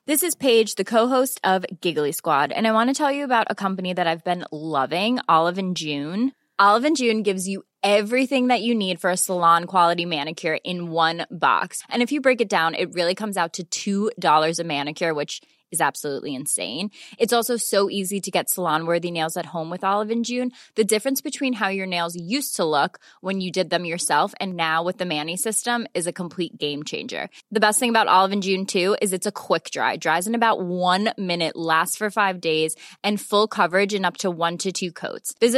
This is Paige, the co-host of Giggly Squad, and I want to tell you about a company that I've been loving, Olive & June. Olive & June gives you everything that you need for a salon-quality manicure in one box. And if you break it down, it really comes out to $2 a manicure, which is absolutely insane. It's also so easy to get salon-worthy nails at home with Olive & June. The difference between how your nails used to look when you did them yourself and now with the Mani system is a complete game changer. The best thing about Olive & June, too, is it's a quick dry. Dries in about 1 minute, lasts for 5 days, and full coverage in up to 1 to 2 coats. Visit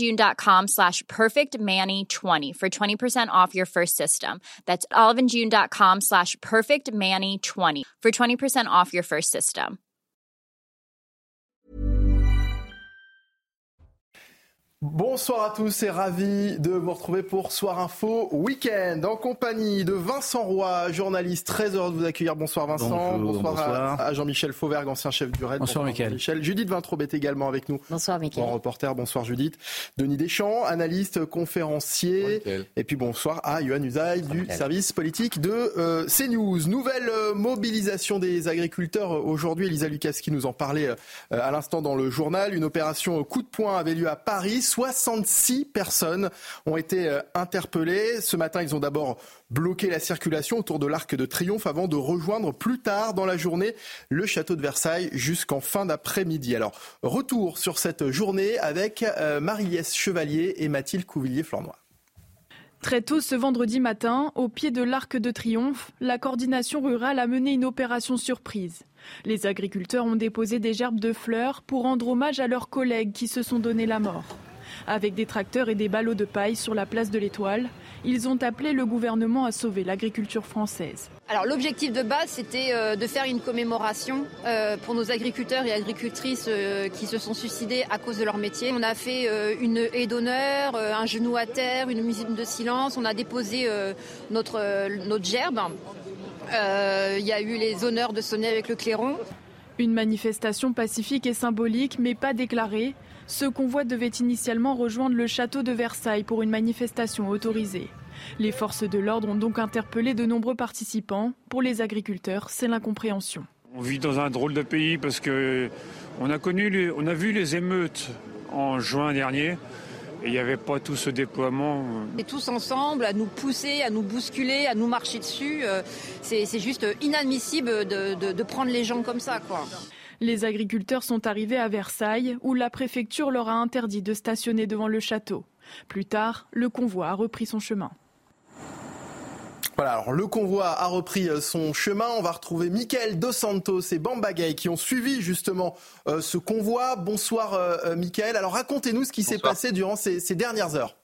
oliveandjune.com/perfectmani20 for 20% off your first system. That's oliveandjune.com/perfectmani20 for 20% off your first system. Bonsoir à tous et ravi de vous retrouver pour Soir Info Week-end en compagnie de Vincent Roy, journaliste. Très heureux de vous accueillir. Bonsoir Vincent. Bonsoir. À Jean-Michel Fauvergue, ancien chef du RAID. Bonsoir Mickaël. Judith Vintraube est également avec nous. Bonsoir Mickaël. Bon reporter, bonsoir Judith. Denis Deschamps, analyste, conférencier. Bonsoir, et puis bonsoir à Yohann Usaï du service politique de CNews. Nouvelle mobilisation des agriculteurs aujourd'hui. Elisa Lukaski nous en parlait à l'instant dans le journal. Une opération coup de poing avait lieu à Paris. 66 personnes ont été interpellées. Ce matin, ils ont d'abord bloqué la circulation autour de l'Arc de Triomphe avant de rejoindre plus tard dans la journée le château de Versailles jusqu'en fin d'après-midi. Alors, retour sur cette journée avec Marie-Liesse Chevalier et Mathilde Couvillier-Flornoy. Très tôt ce vendredi matin, au pied de l'Arc de Triomphe, la coordination rurale a mené une opération surprise. Les agriculteurs ont déposé des gerbes de fleurs pour rendre hommage à leurs collègues qui se sont donné la mort. Avec des tracteurs et des ballots de paille sur la place de l'Étoile, ils ont appelé le gouvernement à sauver l'agriculture française. Alors l'objectif de base, c'était de faire une commémoration pour nos agriculteurs et agricultrices qui se sont suicidés à cause de leur métier. On a fait une haie d'honneur, un genou à terre, une minute de silence. On a déposé notre gerbe. Il y a eu les honneurs de sonner avec le clairon. Une manifestation pacifique et symbolique, mais pas déclarée. Ce convoi devait initialement rejoindre le château de Versailles pour une manifestation autorisée. Les forces de l'ordre ont donc interpellé de nombreux participants. Pour les agriculteurs, c'est l'incompréhension. On vit dans un drôle de pays parce qu'on a vu les émeutes en juin dernier. Et il n'y avait pas tout ce déploiement. Et tous ensemble, à nous pousser, à nous bousculer, à nous marcher dessus. C'est juste inadmissible de prendre les gens comme ça, quoi. Les agriculteurs sont arrivés à Versailles, où la préfecture leur a interdit de stationner devant le château. Plus tard, le convoi a repris son chemin. Voilà, alors le convoi a repris son chemin. On va retrouver Mickaël Dos Santos et Bamba Gueye qui ont suivi justement ce convoi. Bonsoir Mickaël. Alors racontez-nous ce qui s'est passé durant ces dernières heures.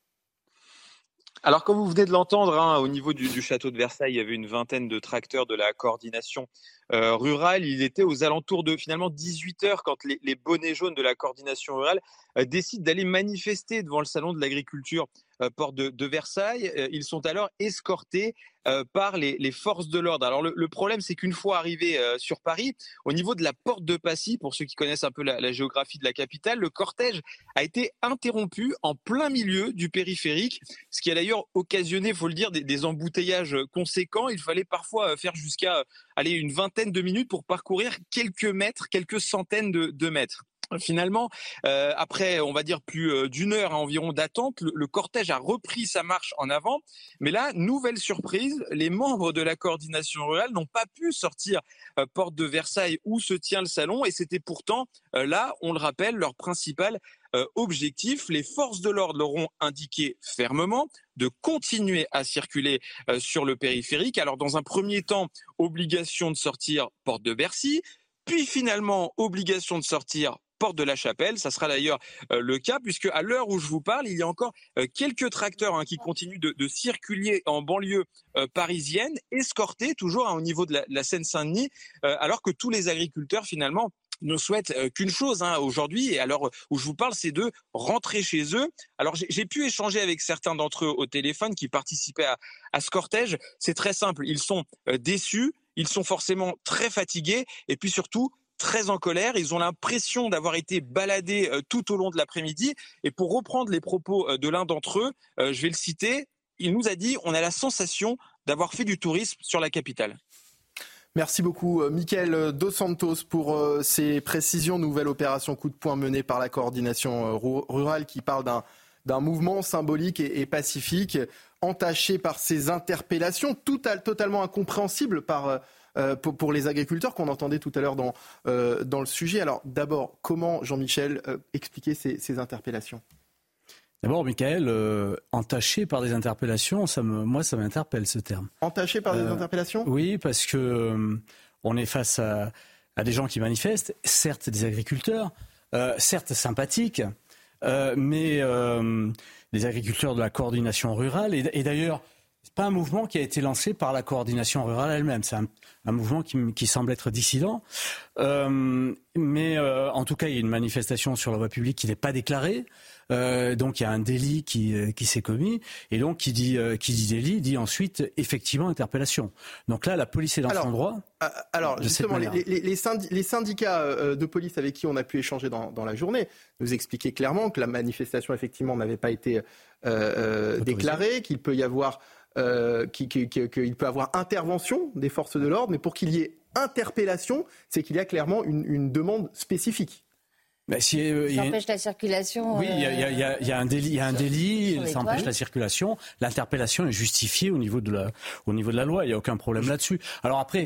Alors, comme vous venez de l'entendre, au niveau du château de Versailles, il y avait une vingtaine de tracteurs de la coordination rurale. Il était aux alentours de finalement 18h quand les bonnets jaunes de la coordination rurale décident d'aller manifester devant le salon de l'agriculture porte de Versailles. Ils sont alors escortés par les forces de l'ordre. Alors le problème, c'est qu'une fois arrivés sur Paris, au niveau de la porte de Passy, pour ceux qui connaissent un peu la géographie de la capitale, le cortège a été interrompu en plein milieu du périphérique, ce qui a d'ailleurs occasionné, il faut le dire, des embouteillages conséquents. Il fallait parfois faire jusqu'à une vingtaine de minutes pour parcourir quelques mètres, quelques centaines de mètres. Finalement, après, on va dire plus d'une heure environ d'attente, le cortège a repris sa marche en avant. Mais là, nouvelle surprise, les membres de la coordination rurale n'ont pas pu sortir porte de Versailles où se tient le salon. Et c'était pourtant, là, on le rappelle, leur principal objectif. Les forces de l'ordre leur ont indiqué fermement de continuer à circuler sur le périphérique. Alors, dans un premier temps, obligation de sortir porte de Bercy, puis finalement, obligation de sortir porte de la Chapelle. Ça sera d'ailleurs le cas puisque à l'heure où je vous parle, il y a encore quelques tracteurs qui continuent de circuler en banlieue parisienne, escortés toujours au niveau de la Seine-Saint-Denis, alors que tous les agriculteurs finalement ne souhaitent qu'une chose aujourd'hui, et à l'heure où je vous parle, c'est de rentrer chez eux. Alors j'ai pu échanger avec certains d'entre eux au téléphone qui participaient à ce cortège. C'est très simple, ils sont déçus, ils sont forcément très fatigués et puis surtout très en colère. Ils ont l'impression d'avoir été baladés tout au long de l'après-midi. Et pour reprendre les propos de l'un d'entre eux, je vais le citer, il nous a dit « On a la sensation d'avoir fait du tourisme sur la capitale ». Merci beaucoup, Mickaël Dos Santos, pour ces précisions. Nouvelle opération coup de poing menée par la coordination rurale qui parle d'un mouvement symbolique et pacifique, entaché par ces interpellations totalement incompréhensibles pour les agriculteurs qu'on entendait tout à l'heure dans le sujet. Alors d'abord, comment, Jean-Michel, expliquer ces interpellations ? D'abord, Mickaël, entaché par des interpellations, ça m'interpelle ce terme. Entaché par des interpellations ? Oui, parce que on est face à des gens qui manifestent, certes des agriculteurs, certes sympathiques, mais des agriculteurs de la coordination rurale. Et d'ailleurs, c'est pas un mouvement qui a été lancé par la coordination rurale elle-même. C'est un mouvement qui semble être dissident. Mais en tout cas, il y a une manifestation sur la voie publique qui n'est pas déclarée. Donc il y a un délit qui s'est commis. Et donc qui dit délit dit ensuite effectivement interpellation. Donc là, la police est dans son droit. Alors justement, les syndicats de police avec qui on a pu échanger dans la journée nous expliquaient clairement que la manifestation effectivement n'avait pas été déclarée, qu'il peut y avoir qu'il peut avoir intervention des forces de l'ordre, mais pour qu'il y ait interpellation, c'est qu'il y a clairement une demande spécifique. Ça empêche la circulation. Oui, il y a un délit, ça empêche la circulation. L'interpellation est justifiée au niveau de la loi. Il n'y a aucun problème là-dessus. Alors après,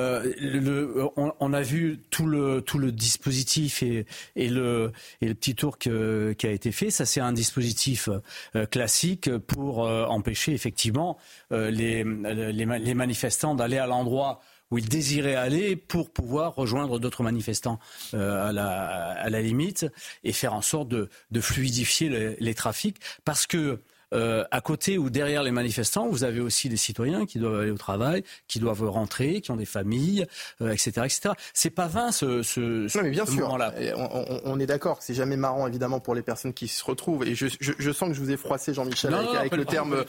on a vu tout le dispositif et le petit tour qui a été fait. Ça, c'est un dispositif classique pour empêcher effectivement les manifestants d'aller à l'endroit où ils désiraient aller pour pouvoir rejoindre d'autres manifestants à la limite et faire en sorte de fluidifier les trafics. Parce que à côté ou derrière les manifestants, vous avez aussi des citoyens qui doivent aller au travail, qui doivent rentrer, qui ont des familles, etc., etc. C'est pas vain ce non, mais bien sûr, moment-là. On est d'accord. C'est jamais marrant évidemment pour les personnes qui se retrouvent. Et je sens que je vous ai froissé, Jean-Michel, avec le terme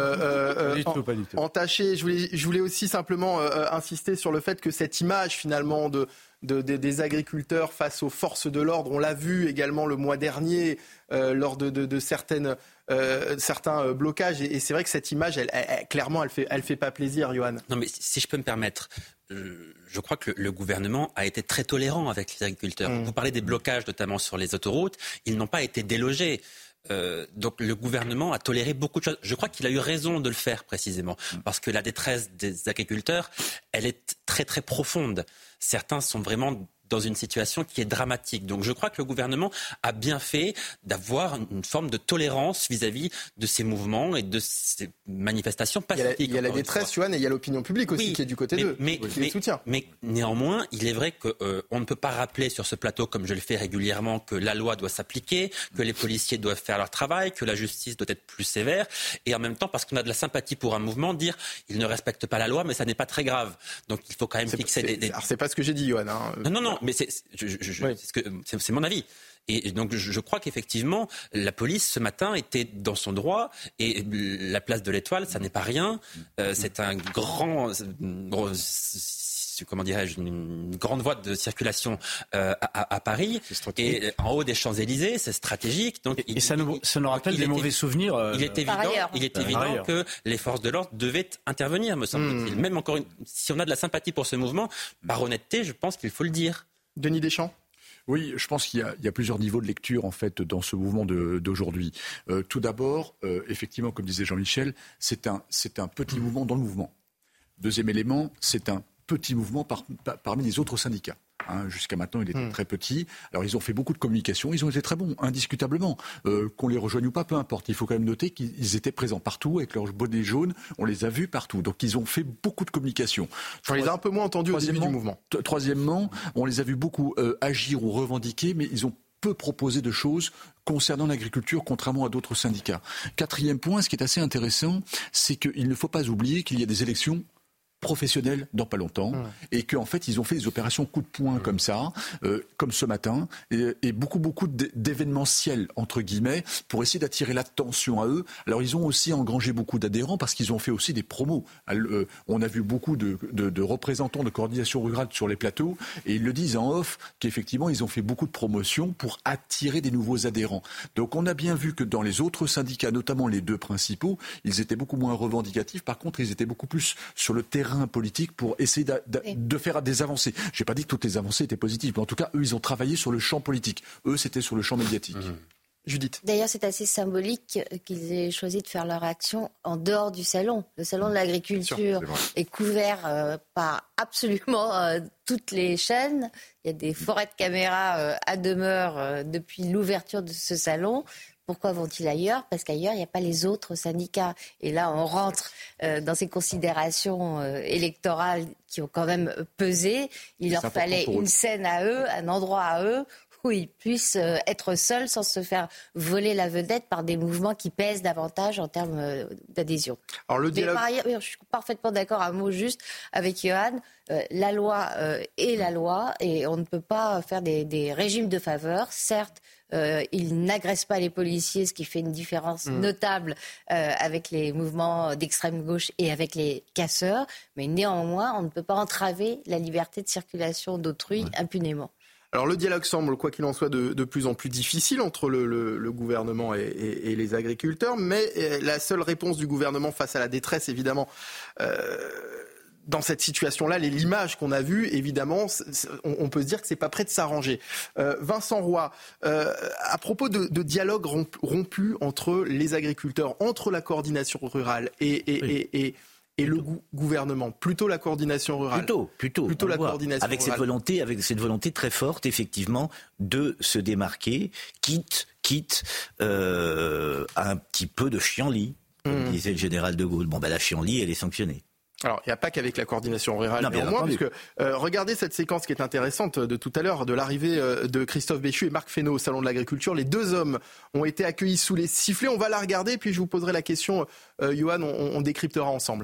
entaché. Je voulais aussi simplement insister sur le fait que cette image finalement des agriculteurs face aux forces de l'ordre, on l'a vu également le mois dernier lors de certains blocages, et c'est vrai que cette image, clairement, elle fait pas plaisir, Johan. Non, mais si je peux me permettre, je crois que le gouvernement a été très tolérant avec les agriculteurs. Vous parlez des blocages, notamment sur les autoroutes, ils n'ont pas été délogés. Donc le gouvernement a toléré beaucoup de choses. Je crois qu'il a eu raison de le faire précisément, parce que la détresse des agriculteurs, elle est très très profonde. Certains sont vraiment dans une situation qui est dramatique. Donc je crois que le gouvernement a bien fait d'avoir une forme de tolérance vis-à-vis de ces mouvements et de ces manifestations pacifiques. Il y a la détresse, Johan, et il y a l'opinion publique aussi qui est du côté d'eux, qui les soutient. Mais néanmoins, il est vrai qu'on ne peut pas rappeler sur ce plateau, comme je le fais régulièrement, que la loi doit s'appliquer, que les policiers doivent faire leur travail, que la justice doit être plus sévère, et en même temps, parce qu'on a de la sympathie pour un mouvement, dire il ne respecte pas la loi, mais ça n'est pas très grave. Donc il faut quand même fixer des... Alors c'est pas ce que j'ai dit, Johan. Hein. Non. Mais c'est mon avis. Et donc je crois qu'effectivement, la police ce matin était dans son droit, et la place de l'Étoile, ça n'est pas rien. C'est un comment dirais-je, une grande voie de circulation à Paris, et en haut des Champs-Élysées, c'est stratégique. Donc ça nous rappelle des mauvais souvenirs. Il est évident que les forces de l'ordre devaient intervenir, me semble-t-il. Même encore si on a de la sympathie pour ce mouvement, par honnêteté, je pense qu'il faut le dire. Denis Deschamps. Oui, je pense qu'il y a plusieurs niveaux de lecture en fait dans ce mouvement d'aujourd'hui. Tout d'abord, effectivement, comme disait Jean-Michel, c'est un petit mouvement dans le mouvement. Deuxième élément, c'est un petit mouvement parmi les autres syndicats. Jusqu'à maintenant, il était très petit. Alors, ils ont fait beaucoup de communication. Ils ont été très bons, indiscutablement. Qu'on les rejoigne ou pas, peu importe. Il faut quand même noter qu'ils étaient présents partout avec leur bonnet jaune. On les a vus partout. Donc, ils ont fait beaucoup de communication. On les a un peu moins entendus au début du mouvement. Troisièmement, on les a vus beaucoup agir ou revendiquer, mais ils ont peu proposé de choses concernant l'agriculture, contrairement à d'autres syndicats. Quatrième point, ce qui est assez intéressant, c'est qu'il ne faut pas oublier qu'il y a des élections professionnels dans pas longtemps, et qu'en fait ils ont fait des opérations coup de poing comme ça, comme ce matin, et beaucoup d'événementiels entre guillemets pour essayer d'attirer l'attention à eux. Alors ils ont aussi engrangé beaucoup d'adhérents parce qu'ils ont fait aussi des promos. On a vu beaucoup de représentants de coordination rurale sur les plateaux, et ils le disent en off qu'effectivement ils ont fait beaucoup de promotions pour attirer des nouveaux adhérents. Donc on a bien vu que dans les autres syndicats, notamment les deux principaux, ils étaient beaucoup moins revendicatifs. Par contre, ils étaient beaucoup plus sur le terrain terrain politique pour essayer de faire des avancées. Je n'ai pas dit que toutes les avancées étaient positives, mais en tout cas, eux, ils ont travaillé sur le champ politique. Eux, c'était sur le champ médiatique. Judith. D'ailleurs, c'est assez symbolique qu'ils aient choisi de faire leur action en dehors du salon. Le salon de l'agriculture est couvert par absolument toutes les chaînes. Il y a des forêts de caméras à demeure depuis l'ouverture de ce salon. Pourquoi vont-ils ailleurs ? Parce qu'ailleurs, il n'y a pas les autres syndicats. Et là, on rentre dans ces considérations électorales qui ont quand même pesé. Il leur fallait une scène à eux, un endroit à eux, où ils puissent être seuls sans se faire voler la vedette par des mouvements qui pèsent davantage en termes d'adhésion. Alors le dialogue... Par ailleurs, je suis parfaitement d'accord, un mot juste avec Johan, la loi est la loi et on ne peut pas faire des régimes de faveur. Certes, ils n'agressent pas les policiers, ce qui fait une différence notable avec les mouvements d'extrême gauche et avec les casseurs, mais néanmoins, on ne peut pas entraver la liberté de circulation d'autrui impunément. Alors le dialogue semble, quoi qu'il en soit, de plus en plus difficile entre le gouvernement et les agriculteurs, mais la seule réponse du gouvernement face à la détresse, évidemment, dans cette situation-là, l'image qu'on a vue, évidemment, on peut se dire que c'est pas prêt de s'arranger. Vincent Roy, à propos de dialogue rompu entre les agriculteurs, entre la coordination rurale et le gouvernement, plutôt la coordination rurale. Plutôt la coordination avec rurale. Avec cette volonté très forte, effectivement, de se démarquer, quitte à un petit peu de chienlit, comme disait le général de Gaulle. Bon, la chienlit, elle est sanctionnée. Alors, il n'y a pas qu'avec la coordination rurale, néanmoins, parce que regardez cette séquence qui est intéressante de tout à l'heure, de l'arrivée de Christophe Béchu et Marc Fesneau au Salon de l'Agriculture. Les deux hommes ont été accueillis sous les sifflets. On va la regarder, puis je vous poserai la question, Johan, on décryptera ensemble.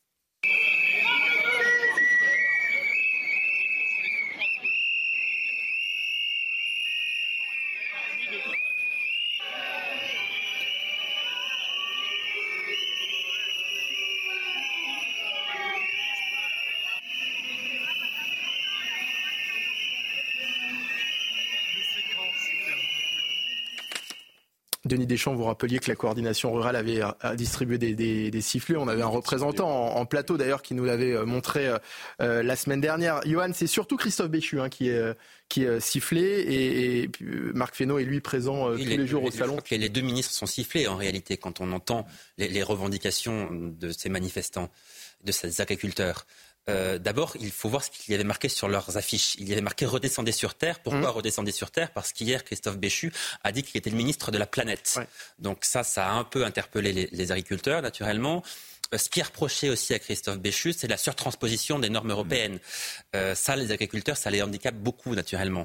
Denis Deschamps, vous rappeliez que la coordination rurale avait distribué des sifflets. On avait un représentant en plateau d'ailleurs qui nous l'avait montré la semaine dernière. Johan, c'est surtout Christophe Béchu qui est sifflé et Marc Fesneau est lui présent tous les jours au salon. Je crois que les deux ministres sont sifflés en réalité quand on entend les revendications de ces manifestants, de ces agriculteurs. D'abord, il faut voir ce qu'il y avait marqué sur leurs affiches. Il y avait marqué « Redescendez sur Terre ». Pourquoi redescendez sur Terre ? Parce qu'hier, Christophe Béchu a dit qu'il était le ministre de la planète. Ouais. Donc ça a un peu interpellé les agriculteurs, naturellement. Ce qui est reproché aussi à Christophe Béchu, c'est la surtransposition des normes européennes. Ça, les agriculteurs, ça les handicape beaucoup, naturellement.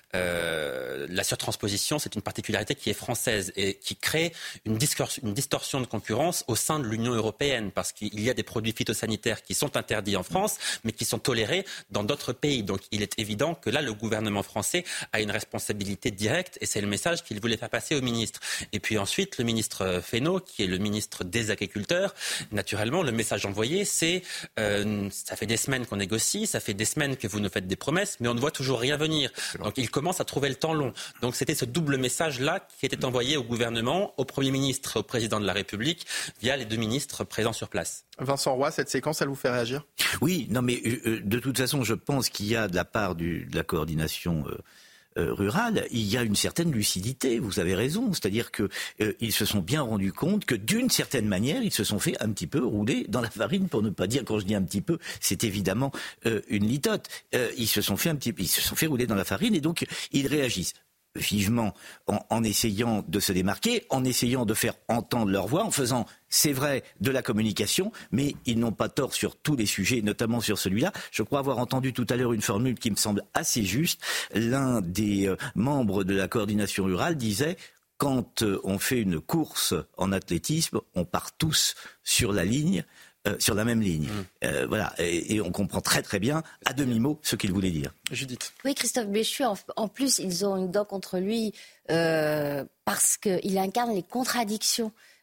La surtransposition, c'est une particularité qui est française et qui crée une distorsion de concurrence au sein de l'Union européenne, parce qu'il y a des produits phytosanitaires qui sont interdits en France, mais qui sont tolérés dans d'autres pays. Donc, il est évident que là, le gouvernement français a une responsabilité directe, et c'est le message qu'il voulait faire passer au ministre. Et puis ensuite, le ministre Fesneau, qui est le ministre des agriculteurs, naturellement, le message envoyé, c'est ça fait des semaines qu'on négocie, ça fait des semaines que vous nous faites des promesses, mais on ne voit toujours rien venir. Donc il commence à trouver le temps long. Donc c'était ce double message-là qui était envoyé au gouvernement, au Premier ministre et au Président de la République via les deux ministres présents sur place. Vincent Roy, cette séquence, elle vous fait réagir ? Oui, non mais de toute façon, je pense qu'il y a de la part de la coordination rurale, il y a une certaine lucidité, vous avez raison, c'est-à-dire que ils se sont bien rendus compte que d'une certaine manière, ils se sont fait un petit peu rouler dans la farine, pour ne pas dire, quand je dis un petit peu, c'est évidemment une litote. Ils se sont fait rouler dans la farine et donc ils réagissent vivement en essayant de se démarquer, en essayant de faire entendre leur voix, en faisant, c'est vrai, de la communication, mais ils n'ont pas tort sur tous les sujets, notamment sur celui-là. Je crois avoir entendu tout à l'heure une formule qui me semble assez juste. L'un des membres de la coordination rurale disait « Quand on fait une course en athlétisme, on part tous sur la ligne ». Sur la même ligne. Voilà. Et on comprend très très bien, à demi-mot, ce qu'il voulait dire. Judith. Oui, Christophe Béchu, en plus, ils ont une dent contre lui parce qu'il incarne les contradictions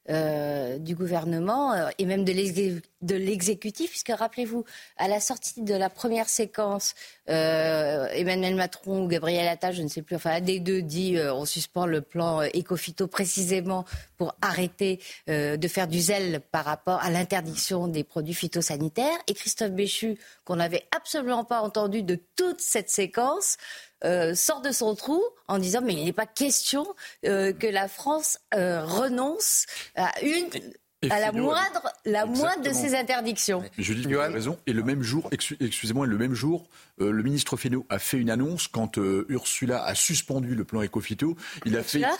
du gouvernement et même de l'exécutif, puisque rappelez-vous, à la sortie de la première séquence, Emmanuel Macron ou Gabriel Attal, je ne sais plus, enfin un des deux dit on suspend le plan Écophyto précisément pour arrêter de faire du zèle par rapport à l'interdiction des produits phytosanitaires. Et Christophe Béchu, qu'on n'avait absolument pas entendu de toute cette séquence, sort de son trou en disant mais il n'est pas question que la France renonce à la moindre de ces interdictions. Judith, vous avez raison. Et le même jour, le ministre Fesneau a fait une annonce quand Ursula a suspendu le plan Écophyto. Il a fait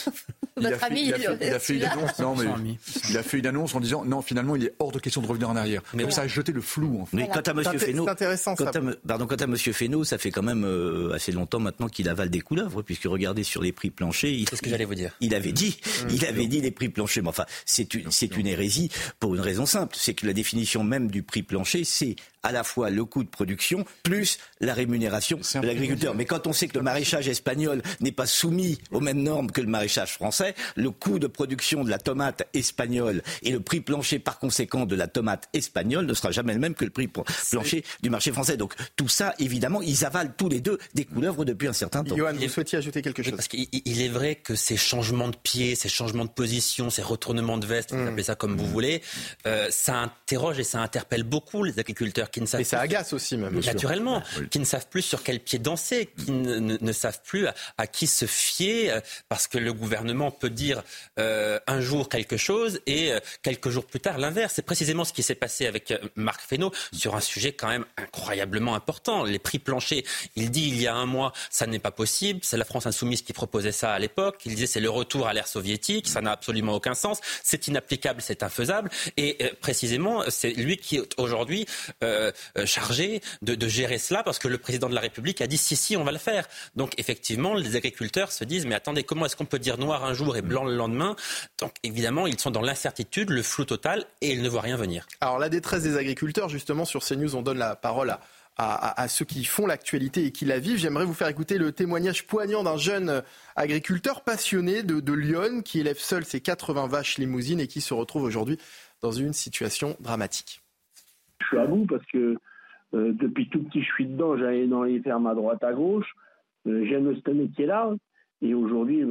une annonce en disant non, finalement, il est hors de question de revenir en arrière. Mais ça a jeté le flou. En fait. Mais quant à Monsieur Fesneau, c'est intéressant. Quant à Monsieur Fesneau, ça fait quand même assez longtemps maintenant qu'il avale des couleuvres, puisque regardez sur les prix planchers. C'est ce que j'allais vous dire. Il avait dit les prix planchers. Mais enfin, c'est une hérésie pour une raison simple, c'est que la définition même du prix plancher, c'est à la fois le coût de production plus la rémunération de l'agriculteur. Mais quand on sait que le maraîchage espagnol n'est pas soumis aux mêmes normes que le maraîchage français, le coût de production de la tomate espagnole et le prix plancher par conséquent de la tomate espagnole ne sera jamais le même que le prix plancher du marché français. Donc tout ça, évidemment, ils avalent tous les deux des couleuvres depuis un certain temps. Johan, vous souhaitiez ajouter quelque chose? Parce qu'il est vrai que ces changements de pied, ces changements de position, ces retournements de veste, vous appelez ça comme vous voulez, ça interroge et ça interpelle beaucoup les agriculteurs qui ne savent et ça agace aussi même. Naturellement, qui ne savent plus sur quel pied danser, qui ne savent plus à qui se fier, parce que le gouvernement peut dire un jour quelque chose et quelques jours plus tard l'inverse. C'est précisément ce qui s'est passé avec Marc Fesneau sur un sujet quand même incroyablement important. Les prix planchers, il dit il y a un mois, ça n'est pas possible. C'est la France Insoumise qui proposait ça à l'époque. Il disait c'est le retour à l'ère soviétique, ça n'a absolument aucun sens. C'est inapplicable, c'est infaisable. Et précisément, c'est lui qui est aujourd'hui chargé de gérer cela parce que le président de la République a dit si, on va le faire. Donc effectivement, les agriculteurs se disent mais attendez, comment est-ce qu'on peut dire noir un jour et blanc le lendemain? Donc évidemment, ils sont dans l'incertitude, le flou total et ils ne voient rien venir. Alors la détresse des agriculteurs, justement, sur CNews, on donne la parole à ceux qui font l'actualité et qui la vivent. J'aimerais vous faire écouter le témoignage poignant d'un jeune agriculteur passionné de Lyon qui élève seul ses 80 vaches limousines et qui se retrouve aujourd'hui dans une situation dramatique. Je suis à bout parce que depuis tout petit, je suis dedans. J'allais dans les fermes à droite, à gauche. J'aime ce métier-là. Et aujourd'hui,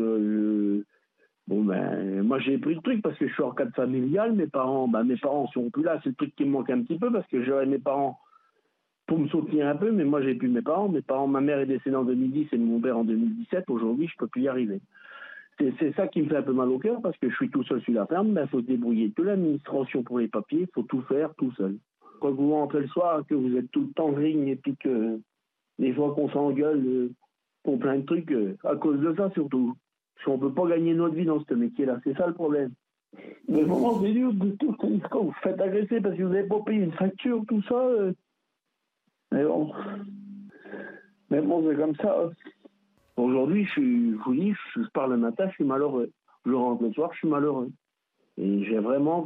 moi j'ai pris le truc parce que je suis en cadre familial. Mes parents sont plus là. C'est le truc qui me manque un petit peu parce que j'aurais mes parents pour me soutenir un peu. Mais moi, j'ai plus mes parents. Ma mère est décédée en 2010 et mon père en 2017. Aujourd'hui, je peux plus y arriver. C'est ça qui me fait un peu mal au cœur parce que je suis tout seul sur la ferme. Il faut se débrouiller de l'administration pour les papiers. Il faut tout faire tout seul. Quand vous rentrez le soir, que vous êtes tout le temps grigne et puis que des fois qu'on s'engueule pour plein de trucs, à cause de ça surtout. Parce qu'on ne peut pas gagner notre vie dans ce métier-là, c'est ça le problème. Mais vraiment, c'est dur de tout. Quand vous vous faites agresser parce que vous n'avez pas payé une facture, tout ça. Mais bon, c'est comme ça. Aujourd'hui, je pars le matin, je suis malheureux. Je rentre le soir, je suis malheureux. Et j'ai vraiment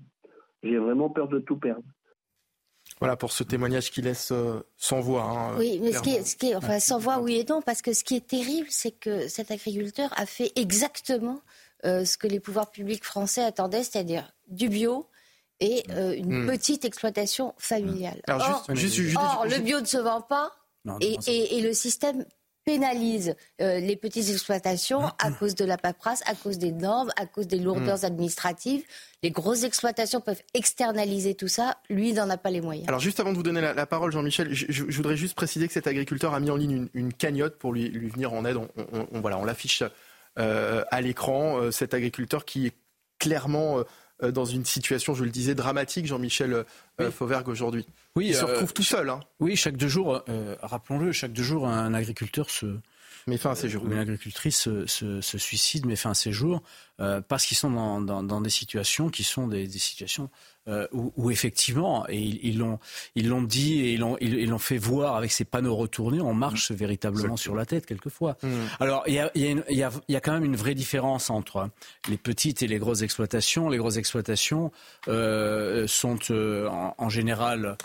peur de tout perdre. Voilà pour ce témoignage qui laisse sans voix. Oui, mais sans voix, oui et non, parce que ce qui est terrible, c'est que cet agriculteur a fait exactement ce que les pouvoirs publics français attendaient, c'est-à-dire du bio et une petite exploitation familiale. Alors, le bio ne se vend pas et le système pénalise les petites exploitations à cause de la paperasse, à cause des normes, à cause des lourdeurs administratives. Les grosses exploitations peuvent externaliser tout ça. Lui, il n'en a pas les moyens. Alors, juste avant de vous donner la parole, Jean-Michel, je voudrais juste préciser que cet agriculteur a mis en ligne une cagnotte pour lui venir en aide. On l'affiche à l'écran. Cet agriculteur qui est clairement dans une situation, je le disais, dramatique, Jean-Michel Fauvergue, aujourd'hui. Oui, il se retrouve tout seul. Oui, chaque 2 jours, rappelons-le, chaque 2 jours, un agriculteur met fin à ses jours. Une agricultrice se suicide, met fin à ses jours, parce qu'ils sont dans des situations qui sont des situations où effectivement, et ils l'ont dit et ils l'ont fait voir avec ces panneaux retournés, on marche véritablement sur la tête quelquefois. Alors il y a quand même une vraie différence entre les petites et les grosses exploitations. Les grosses exploitations sont en général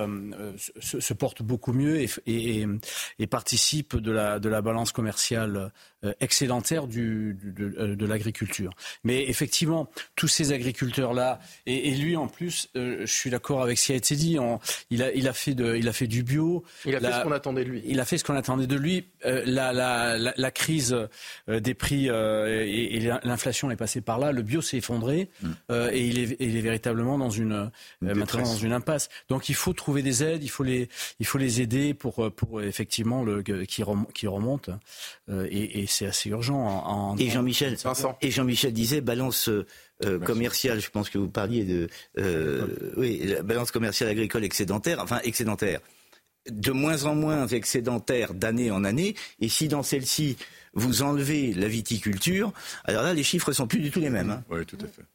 se portent beaucoup mieux et participent de la balance commerciale excédentaire de l'agriculture. l'agriculture. Mais effectivement, tous ces agriculteurs-là, et lui en plus, je suis d'accord avec ce qui a été dit, il a fait du bio. Il a fait ce qu'on attendait de lui. Il a fait ce qu'on attendait de lui. La crise des prix et l'inflation est passée par là. Le bio s'est effondré et il est véritablement maintenant dans une impasse. Donc il faut trouver des aides, il faut les aider pour effectivement qui remonte et c'est assez urgent. Et Jean-Michel disait balance commerciale. Je pense que vous parliez de la balance commerciale agricole excédentaire. De moins en moins excédentaire d'année en année. Et si dans celle-ci vous enlevez la viticulture, alors là les chiffres sont plus du tout les mêmes. Hein. Oui, tout à fait.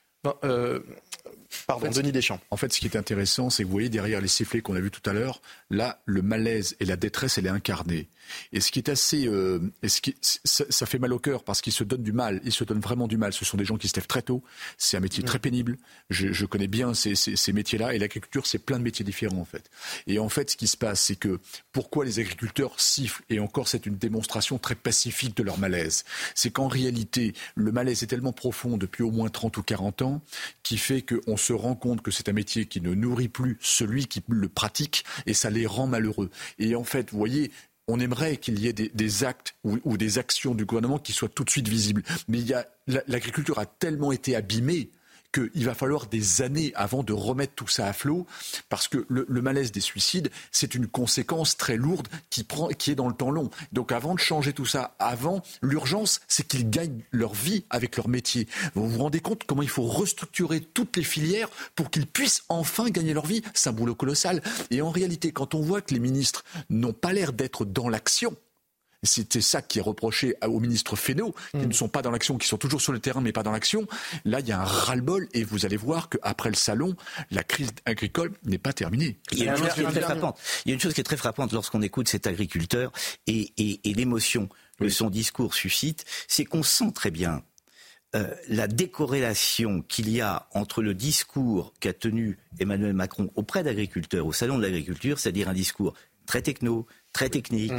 Pardon, Denis Deschamps. En fait, ce qui est intéressant, c'est que vous voyez derrière les sifflets qu'on a vus tout à l'heure, là, le malaise et la détresse, elle est incarnée. Et ce qui est assez, ça fait mal au cœur parce qu'ils se donnent du mal. Ils se donnent vraiment du mal. Ce sont des gens qui se lèvent très tôt. C'est un métier très pénible. Je connais bien ces métiers-là. Et l'agriculture, c'est plein de métiers différents en fait. Et en fait, ce qui se passe, c'est que pourquoi les agriculteurs sifflent, et encore, c'est une démonstration très pacifique de leur malaise. C'est qu'en réalité, le malaise est tellement profond depuis au moins 30 ou 40 ans qui fait qu'on se rend compte que c'est un métier qui ne nourrit plus celui qui le pratique et ça les rend malheureux. Et en fait, vous voyez, on aimerait qu'il y ait des actes ou des actions du gouvernement qui soient tout de suite visibles. Mais l'agriculture a tellement été abîmée qu'il va falloir des années avant de remettre tout ça à flot, parce que le malaise des suicides, c'est une conséquence très lourde qui est dans le temps long. Donc avant de changer tout ça, l'urgence, c'est qu'ils gagnent leur vie avec leur métier. Vous vous rendez compte comment il faut restructurer toutes les filières pour qu'ils puissent enfin gagner leur vie? C'est un boulot colossal. Et en réalité, quand on voit que les ministres n'ont pas l'air d'être dans l'action, c'était ça qui est reproché aux ministres Fesneau, qui ne sont pas dans l'action, qui sont toujours sur le terrain mais pas dans l'action. Là, il y a un ras-le-bol et vous allez voir qu'après le salon, la crise agricole n'est pas terminée. Il y a une chose qui est très frappante lorsqu'on écoute cet agriculteur et l'émotion que son discours suscite, c'est qu'on sent très bien la décorrélation qu'il y a entre le discours qu'a tenu Emmanuel Macron auprès d'agriculteurs au salon de l'agriculture, c'est-à-dire un discours très techno, très technique,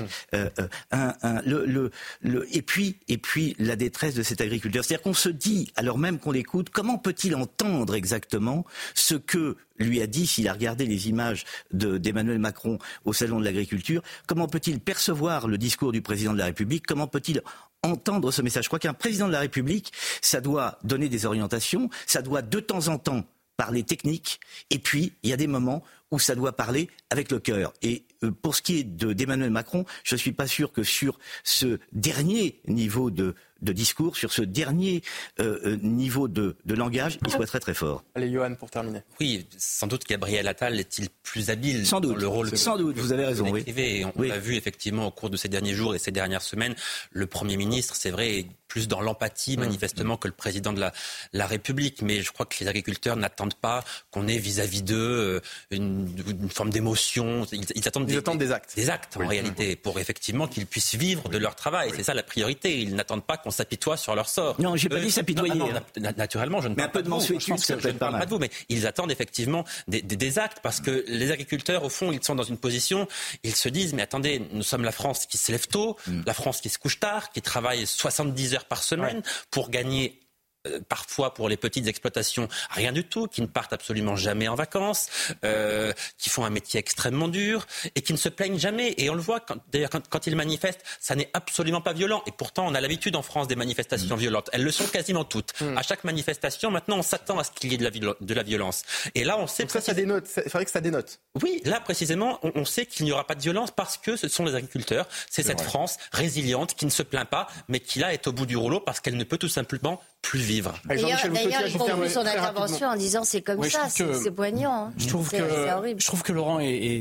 et puis la détresse de cet agriculteur. C'est-à-dire qu'on se dit, alors même qu'on l'écoute, comment peut-il entendre exactement ce que lui a dit, s'il a regardé les images d'Emmanuel Macron au salon de l'agriculture, comment peut-il percevoir le discours du président de la République, comment peut-il entendre ce message? Je crois qu'un président de la République, ça doit donner des orientations, ça doit de temps en temps parler technique, et puis il y a des moments où ça doit parler avec le cœur. Et pour ce qui est d'Emmanuel Macron, je ne suis pas sûr que sur ce dernier niveau de discours, sur ce dernier niveau de langage, il soit très très fort. Allez, Johan, pour terminer. Oui, sans doute Gabriel Attal est-il plus habile dans le rôle. Sans doute, vous avez raison. Oui. Et on l'a vu effectivement au cours de ces derniers jours et ces dernières semaines, le Premier ministre, c'est vrai, est plus dans l'empathie manifestement que le président de la République. Mais je crois que les agriculteurs n'attendent pas qu'on ait vis-à-vis d'eux une forme d'émotion. Ils attendent des actes. Des actes, en réalité, pour effectivement qu'ils puissent vivre de leur travail. C'est ça la priorité. Ils n'attendent pas qu'on s'apitoie sur leur sort. Non, j'ai pas dit s'apitoyer. Naturellement, je ne parle pas de vous. Je ne parle pas de vous, mais ils attendent effectivement des actes, parce que les agriculteurs, au fond, ils sont dans une position, ils se disent, mais attendez, nous sommes la France qui se lève tôt, la France qui se couche tard, qui travaille 70 heures par semaine pour gagner parfois pour les petites exploitations rien du tout, qui ne partent absolument jamais en vacances, qui font un métier extrêmement dur et qui ne se plaignent jamais. Et on le voit, quand ils manifestent, ça n'est absolument pas violent. Et pourtant, on a l'habitude en France des manifestations violentes. Elles le sont quasiment toutes. À chaque manifestation, maintenant, on s'attend à ce qu'il y ait de la violence. Et là, on sait... Donc ça dénote. Il faudrait que ça dénote. Oui, là, précisément, on sait qu'il n'y aura pas de violence parce que ce sont les agriculteurs. C'est cette France résiliente qui ne se plaint pas, mais qui, là, est au bout du rouleau parce qu'elle ne peut tout simplement plus vivre. D'ailleurs, il conclut son intervention en disant c'est comme ça, c'est poignant. Je trouve que Laurent est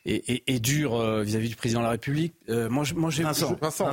dur vis-à-vis du président de la République. Moi, Vincent.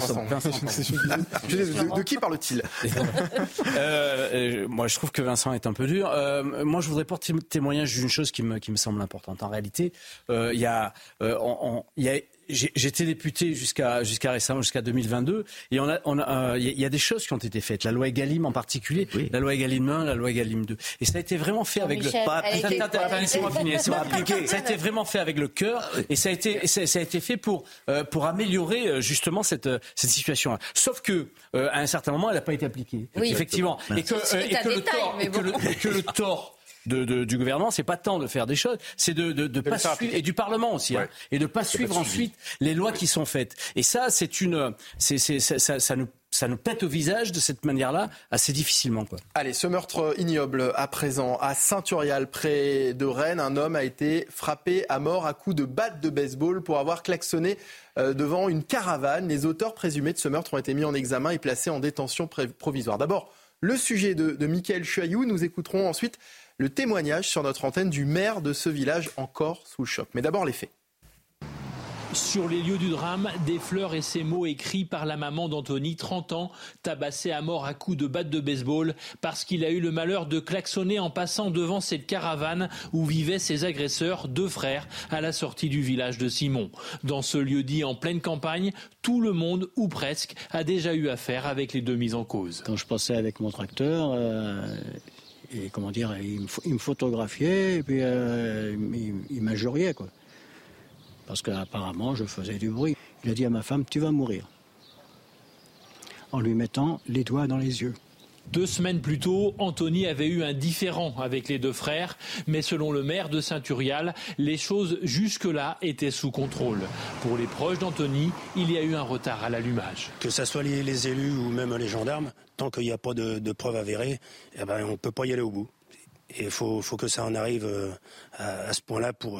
De qui parle-t-il? Moi, je trouve que Vincent est un peu dur. Moi, je voudrais porter témoignage d'une chose qui me semble importante. En réalité, il y a J'étais député jusqu'à récemment, jusqu'à 2022, et il y a des choses qui ont été faites. La loi Egalim en particulier, la loi Egalim 1, la loi Egalim 2. Et ça a été vraiment fait avec laissez-moi finir. Ça a été vraiment fait avec le cœur, et ça a été fait pour améliorer justement cette situation-là. Sauf que à un certain moment, elle n'a pas été appliquée. Oui, effectivement, et que le tort du gouvernement, c'est pas tant de faire des choses, c'est de pas suivre, et du Parlement aussi, et de pas suivre ensuite les lois qui sont faites. Et ça, ça nous pète au visage de cette manière-là, assez difficilement, quoi. Allez, ce meurtre ignoble à présent à Saint-Turial, près de Rennes, un homme a été frappé à mort à coups de batte de baseball pour avoir klaxonné devant une caravane. Les auteurs présumés de ce meurtre ont été mis en examen et placés en détention provisoire. D'abord, le sujet de Mickaël Chuayou. Nous écouterons ensuite le témoignage sur notre antenne du maire de ce village encore sous le choc. Mais d'abord les faits. Sur les lieux du drame, des fleurs et ces mots écrits par la maman d'Anthony, 30 ans, tabassé à mort à coups de batte de baseball parce qu'il a eu le malheur de klaxonner en passant devant cette caravane où vivaient ses agresseurs, 2 frères, à la sortie du village de Simon. Dans ce lieu-dit en pleine campagne, tout le monde, ou presque, a déjà eu affaire avec les 2 mises en cause. Quand je passais avec mon tracteur... Et comment dire, il me photographiait et puis il m'injuriait, quoi. Parce qu'apparemment, je faisais du bruit. Il a dit à ma femme, tu vas mourir. En lui mettant les doigts dans les yeux. 2 semaines plus tôt, Anthony avait eu un différend avec les 2 frères, mais selon le maire de Saint-Turial, les choses jusque-là étaient sous contrôle. Pour les proches d'Anthony, il y a eu un retard à l'allumage. Que ce soit les élus ou même les gendarmes, tant qu'il n'y a pas de preuves avérées, on ne peut pas y aller au bout. Et il faut que ça en arrive à ce point-là pour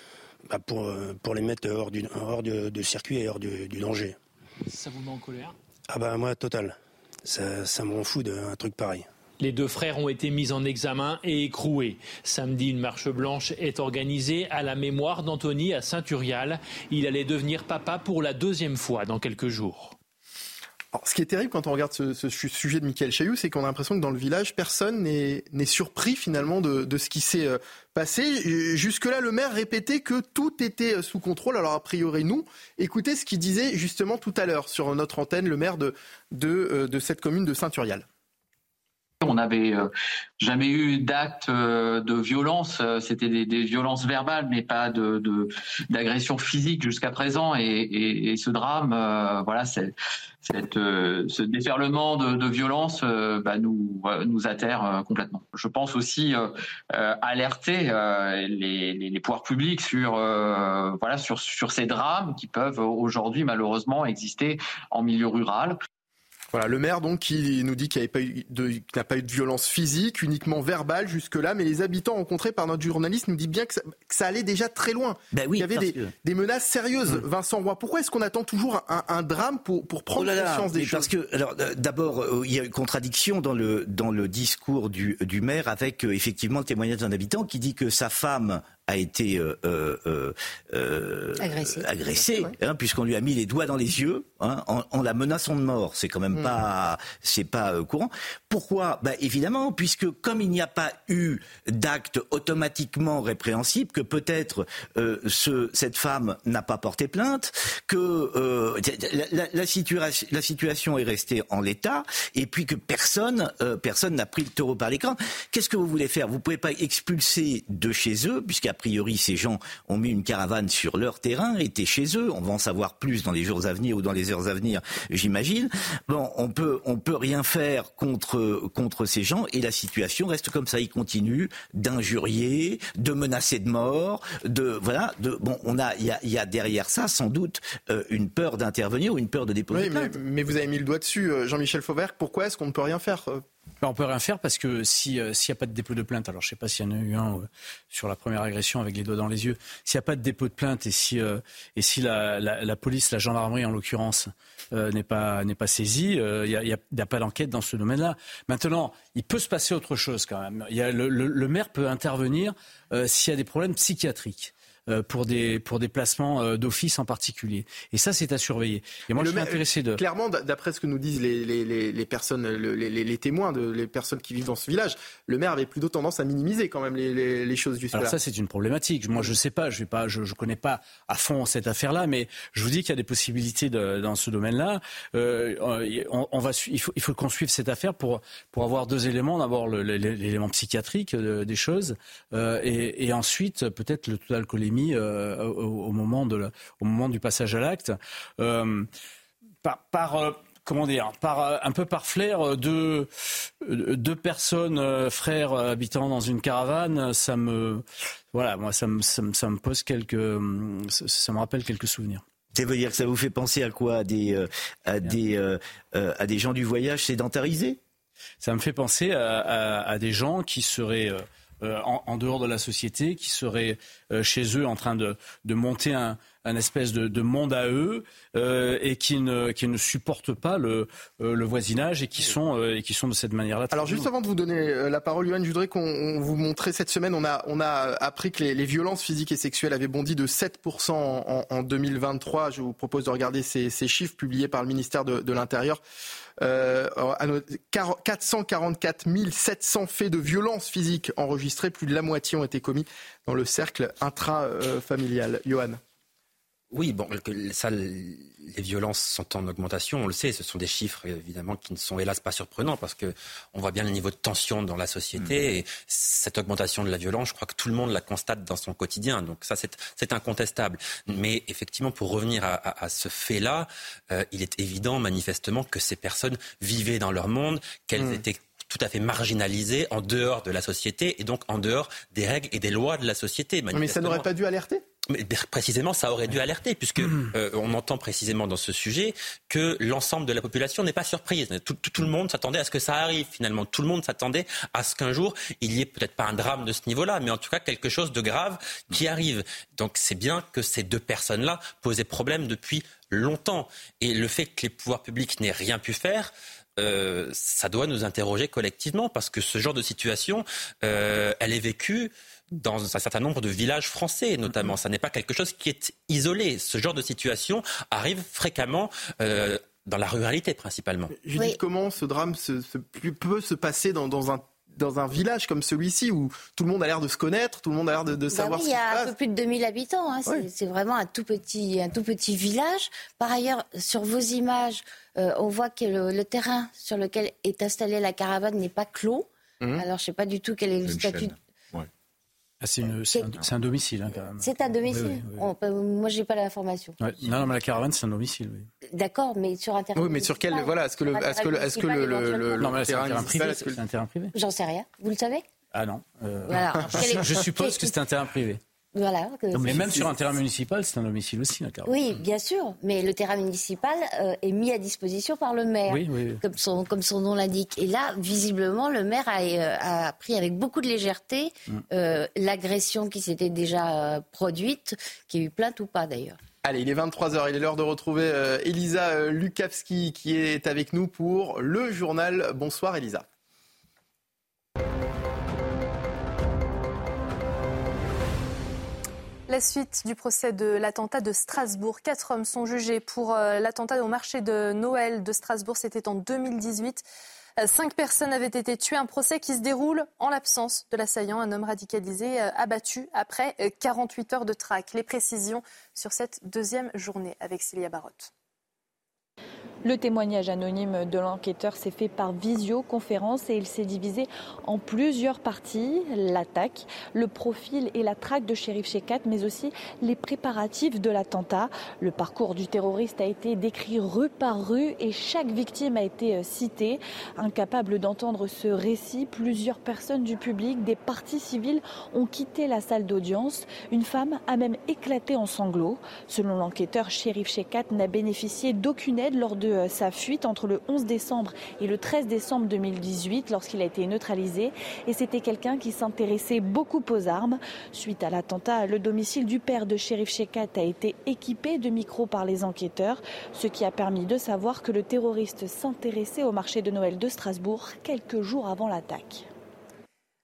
les mettre hors du circuit et hors du danger. Ça vous met en colère ? Moi, total. Ça me rend fou d'un truc pareil. Les 2 frères ont été mis en examen et écroués. Samedi, une marche blanche est organisée à la mémoire d'Anthony à Saint-Turial. Il allait devenir papa pour la 2e fois dans quelques jours. Alors, ce qui est terrible quand on regarde ce sujet de Mickaël Chuayou, c'est qu'on a l'impression que dans le village, personne n'est surpris finalement de ce qui s'est passé. Jusque-là, le maire répétait que tout était sous contrôle. Alors a priori, non. Écoutez ce qu'il disait justement tout à l'heure sur notre antenne, le maire de cette commune de Saint-Turial. On n'avait jamais eu d'actes de violence, c'était des violences verbales, mais pas d'agression physique jusqu'à présent. Et ce drame, ce déferlement de violence nous atterre complètement. Je pense aussi alerter les pouvoirs publics sur ces drames qui peuvent aujourd'hui malheureusement exister en milieu rural. Voilà, le maire donc qui nous dit qu'il n'a pas eu de violence physique, uniquement verbale jusque-là, mais les habitants rencontrés par notre journaliste nous disent bien que ça allait déjà très loin. Il y avait des menaces sérieuses. Vincent Roy, pourquoi est-ce qu'on attend toujours un drame pour prendre conscience des choses ? Parce que, d'abord, il y a une contradiction dans le discours du maire avec effectivement le témoignage d'un habitant qui dit que sa femme a été agressée, puisqu'on lui a mis les doigts dans les yeux, en la menaçant de mort. C'est quand même pas courant. Pourquoi ? Évidemment, puisque comme il n'y a pas eu d'acte automatiquement répréhensible, que peut-être cette femme n'a pas porté plainte, que la situation est restée en l'état, et puis que personne n'a pris le taureau par les cornes. Qu'est-ce que vous voulez faire ? Vous pouvez pas expulser de chez eux, puisqu'à priori, ces gens ont mis une caravane sur leur terrain, étaient chez eux. On va en savoir plus dans les jours à venir ou dans les heures à venir, j'imagine. Bon, on peut rien faire contre ces gens et la situation reste comme ça. Ils continuent d'injurier, de menacer de mort, il y a derrière ça sans doute une peur d'intervenir ou une peur de déposer plainte. Mais vous avez mis le doigt dessus, Jean-Michel Fauvergue. Pourquoi est-ce qu'on ne peut rien faire ? On peut rien faire parce que s'il n'y a pas de dépôt de plainte, alors je ne sais pas s'il y en a eu un sur la première agression avec les doigts dans les yeux, s'il n'y a pas de dépôt de plainte et si la police, la gendarmerie en l'occurrence, n'est pas saisie, il n'y a pas d'enquête dans ce domaine-là. Maintenant, il peut se passer autre chose quand même. Le maire peut intervenir s'il y a des problèmes psychiatriques. pour des placements d'office en particulier. Et ça, c'est à surveiller. Et moi, je suis intéressé de... Clairement, d'après ce que nous disent les personnes, les témoins, les personnes qui vivent dans ce village, le maire avait plutôt tendance à minimiser quand même les choses jusque-là. Alors ça, c'est une problématique. Moi, je sais pas, je connais pas à fond cette affaire-là, mais je vous dis qu'il y a des possibilités dans ce domaine-là. Il faut qu'on suive cette affaire pour avoir deux éléments. D'abord, l'élément psychiatrique des choses, et ensuite peut-être le taux d'alcoolémie au moment du passage à l'acte. Un peu par flair, deux personnes, frères habitant dans une caravane, ça me pose ça me rappelle quelques souvenirs. Ça veut dire que ça vous fait penser à quoi ? À des gens du voyage sédentarisés ? Ça me fait penser à des gens qui seraient en dehors de la société, qui seraient chez eux en train de monter un espèce de monde à eux et qui ne supportent pas le voisinage et qui sont de cette manière-là. Alors juste avant de vous donner la parole, Yoann, je voudrais qu'on vous montre cette semaine, on a appris que les violences physiques et sexuelles avaient bondi de 7% en 2023. Je vous propose de regarder ces chiffres publiés par le ministère de l'Intérieur. 444 700 faits de violences physiques enregistrés, plus de la moitié ont été commis dans le cercle intrafamilial. Yoann. Oui, les violences sont en augmentation, on le sait, ce sont des chiffres évidemment qui ne sont hélas pas surprenants parce que on voit bien le niveau de tension dans la société et cette augmentation de la violence, je crois que tout le monde la constate dans son quotidien, donc ça c'est incontestable. Mais effectivement, pour revenir à ce fait-là, il est évident manifestement que ces personnes vivaient dans leur monde, qu'elles étaient tout à fait marginalisées en dehors de la société et donc en dehors des règles et des lois de la société. Mais ça n'aurait pas dû alerter ? Mais précisément, ça aurait dû alerter, puisque on entend précisément dans ce sujet que l'ensemble de la population n'est pas surprise. Tout le monde s'attendait à ce que ça arrive, finalement. Tout le monde s'attendait à ce qu'un jour, il y ait peut-être pas un drame de ce niveau-là, mais en tout cas quelque chose de grave qui arrive. Donc c'est bien que ces deux personnes-là posaient problème depuis longtemps. Et le fait que les pouvoirs publics n'aient rien pu faire, ça doit nous interroger collectivement, parce que ce genre de situation, elle est vécue dans un certain nombre de villages français, notamment. Ça n'est pas quelque chose qui est isolé. Ce genre de situation arrive fréquemment dans la ruralité, principalement. Judith, comment ce drame peut se passer dans un village comme celui-ci, où tout le monde a l'air de se connaître, tout le monde a l'air de savoir ce qui se passe? Il y a un peu plus de 2000 habitants. Hein. C'est vraiment un tout petit village. Par ailleurs, sur vos images, on voit que le terrain sur lequel est installée la caravane n'est pas clos. Alors, je ne sais pas du tout quel est le statut... C'est un domicile, hein, quand même. C'est un domicile. Oui. Moi, j'ai pas l'information. Ouais. Non, mais la caravane, c'est un domicile. Oui. D'accord, mais sur un terrain. Oui, mais sur quel est-ce que le terrain privé, c'est un terrain privé. J'en sais rien. Vous le savez? Ah non. Voilà. Je suppose que c'est un terrain privé. Voilà. Mais même sur un terrain municipal, c'est un domicile aussi, la caravane. Oui, bien sûr. Mais le terrain municipal est mis à disposition par le maire, comme son nom l'indique. Et là, visiblement, le maire a pris avec beaucoup de légèreté l'agression qui s'était déjà produite, qu'il y a eu plainte ou pas d'ailleurs. Allez, il est 23h, il est l'heure de retrouver Elisa Lukavski qui est avec nous pour le journal. Bonsoir Elisa. La suite du procès de l'attentat de Strasbourg. 4 hommes sont jugés pour l'attentat au marché de Noël de Strasbourg. C'était en 2018. 5 personnes avaient été tuées. Un procès qui se déroule en l'absence de l'assaillant, un homme radicalisé abattu après 48 heures de traque. Les précisions sur cette deuxième journée avec Célia Barotte. Le témoignage anonyme de l'enquêteur s'est fait par visioconférence et il s'est divisé en plusieurs parties. L'attaque, le profil et la traque de Cherif Chekhat, mais aussi les préparatifs de l'attentat. Le parcours du terroriste a été décrit rue par rue et chaque victime a été citée. Incapable d'entendre ce récit, plusieurs personnes du public, des parties civiles ont quitté la salle d'audience. Une femme a même éclaté en sanglots. Selon l'enquêteur, Cherif Chekhat n'a bénéficié d'aucune aide lors de sa fuite entre le 11 décembre et le 13 décembre 2018 lorsqu'il a été neutralisé. Et c'était quelqu'un qui s'intéressait beaucoup aux armes. Suite à l'attentat, le domicile du père de Cherif Chekhat a été équipé de micros par les enquêteurs, ce qui a permis de savoir que le terroriste s'intéressait au marché de Noël de Strasbourg quelques jours avant l'attaque.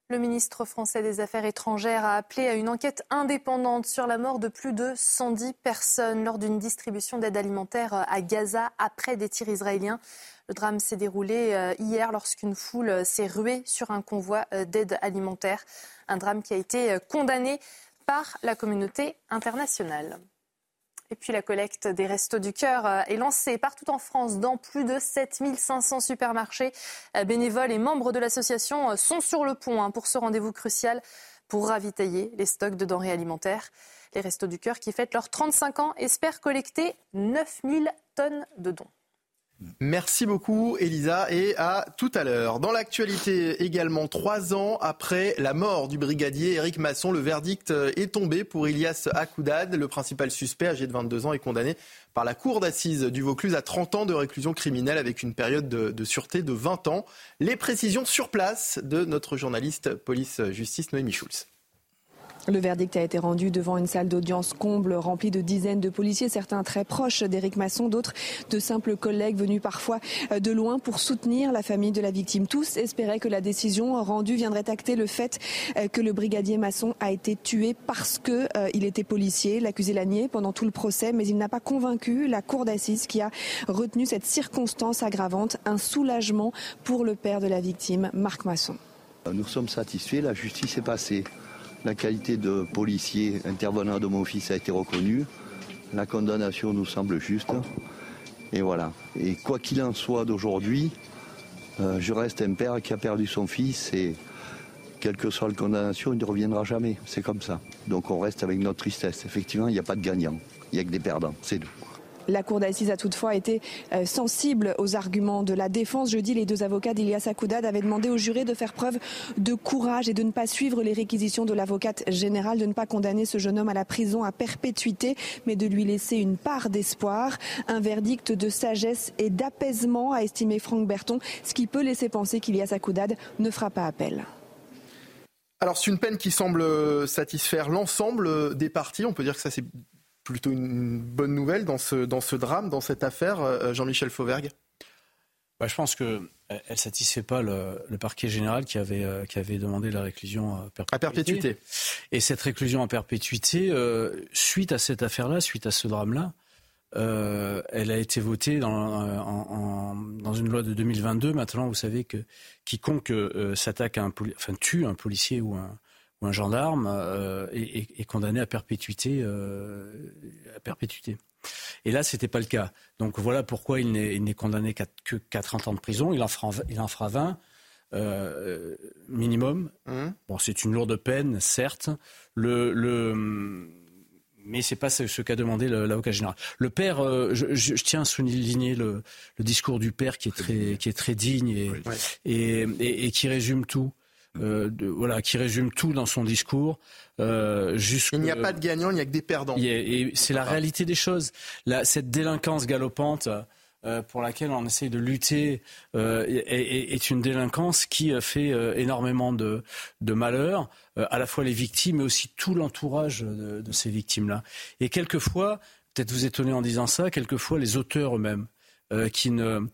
Le ministre français des Affaires étrangères a appelé à une enquête indépendante sur la mort de plus de 110 personnes lors d'une distribution d'aide alimentaire à Gaza après des tirs israéliens. Le drame s'est déroulé hier lorsqu'une foule s'est ruée sur un convoi d'aide alimentaire. Un drame qui a été condamné par la communauté internationale. Et puis la collecte des Restos du Cœur est lancée partout en France dans plus de 7500 supermarchés. Bénévoles et membres de l'association sont sur le pont pour ce rendez-vous crucial pour ravitailler les stocks de denrées alimentaires. Les Restos du Cœur qui fêtent leurs 35 ans espèrent collecter 9000 tonnes de dons. Merci beaucoup Elisa et à tout à l'heure. Dans l'actualité également, 3 ans après la mort du brigadier Éric Masson, le verdict est tombé pour Ilyas Akoudad. Le principal suspect, âgé de 22 ans, est condamné par la cour d'assises du Vaucluse à 30 ans de réclusion criminelle avec une période de sûreté de 20 ans. Les précisions sur place de notre journaliste police-justice Noémie Schulz. Le verdict a été rendu devant une salle d'audience comble remplie de dizaines de policiers, certains très proches d'Éric Masson, d'autres de simples collègues venus parfois de loin pour soutenir la famille de la victime. Tous espéraient que la décision rendue viendrait acter le fait que le brigadier Masson a été tué parce qu'il était policier. L'accusé l'a nié pendant tout le procès, mais il n'a pas convaincu la cour d'assises qui a retenu cette circonstance aggravante, un soulagement pour le père de la victime, Marc Masson. Nous sommes satisfaits, la justice est passée. La qualité de policier intervenant de mon office a été reconnue. La condamnation nous semble juste. Et voilà. Et quoi qu'il en soit d'aujourd'hui, je reste un père qui a perdu son fils et quelle que soit la condamnation, il ne reviendra jamais. C'est comme ça. Donc on reste avec notre tristesse. Effectivement, il n'y a pas de gagnant. Il n'y a que des perdants. C'est tout. La cour d'assises a toutefois été sensible aux arguments de la défense. Jeudi, les 2 avocats d'Ilyas Akoudad avaient demandé au juré de faire preuve de courage et de ne pas suivre les réquisitions de l'avocate générale, de ne pas condamner ce jeune homme à la prison à perpétuité, mais de lui laisser une part d'espoir. Un verdict de sagesse et d'apaisement, a estimé Franck Berton, ce qui peut laisser penser qu'Ilyas Akoudad ne fera pas appel. Alors c'est une peine qui semble satisfaire l'ensemble des parties. On peut dire que ça c'est plutôt une bonne nouvelle dans ce drame, dans cette affaire, Jean-Michel Fauvergue. Je pense qu'elle ne satisfait pas le parquet général qui avait demandé la réclusion à perpétuité. Et cette réclusion à perpétuité, suite à cette affaire-là, suite à ce drame-là, elle a été votée dans une loi de 2022. Maintenant, vous savez que quiconque s'attaque tue un policier ou un gendarme est condamné à perpétuité. Et là, c'était pas le cas. Donc voilà pourquoi il n'est condamné qu'à 30 ans de prison. Il en fera 20 minimum. Bon, c'est une lourde peine, certes. Mais c'est pas ce qu'a demandé l'avocat général. Le père, je tiens à souligner le discours du père qui est très digne et qui résume tout. Qui résume tout dans son discours. Il n'y a pas de gagnant, il n'y a que des perdants. Et c'est la réalité des choses. Cette délinquance galopante pour laquelle on essaie de lutter est une délinquance qui fait énormément de malheur, à la fois les victimes, mais aussi tout l'entourage de ces victimes-là. Et quelquefois, peut-être vous étonnez en disant ça, quelquefois les auteurs eux-mêmes qui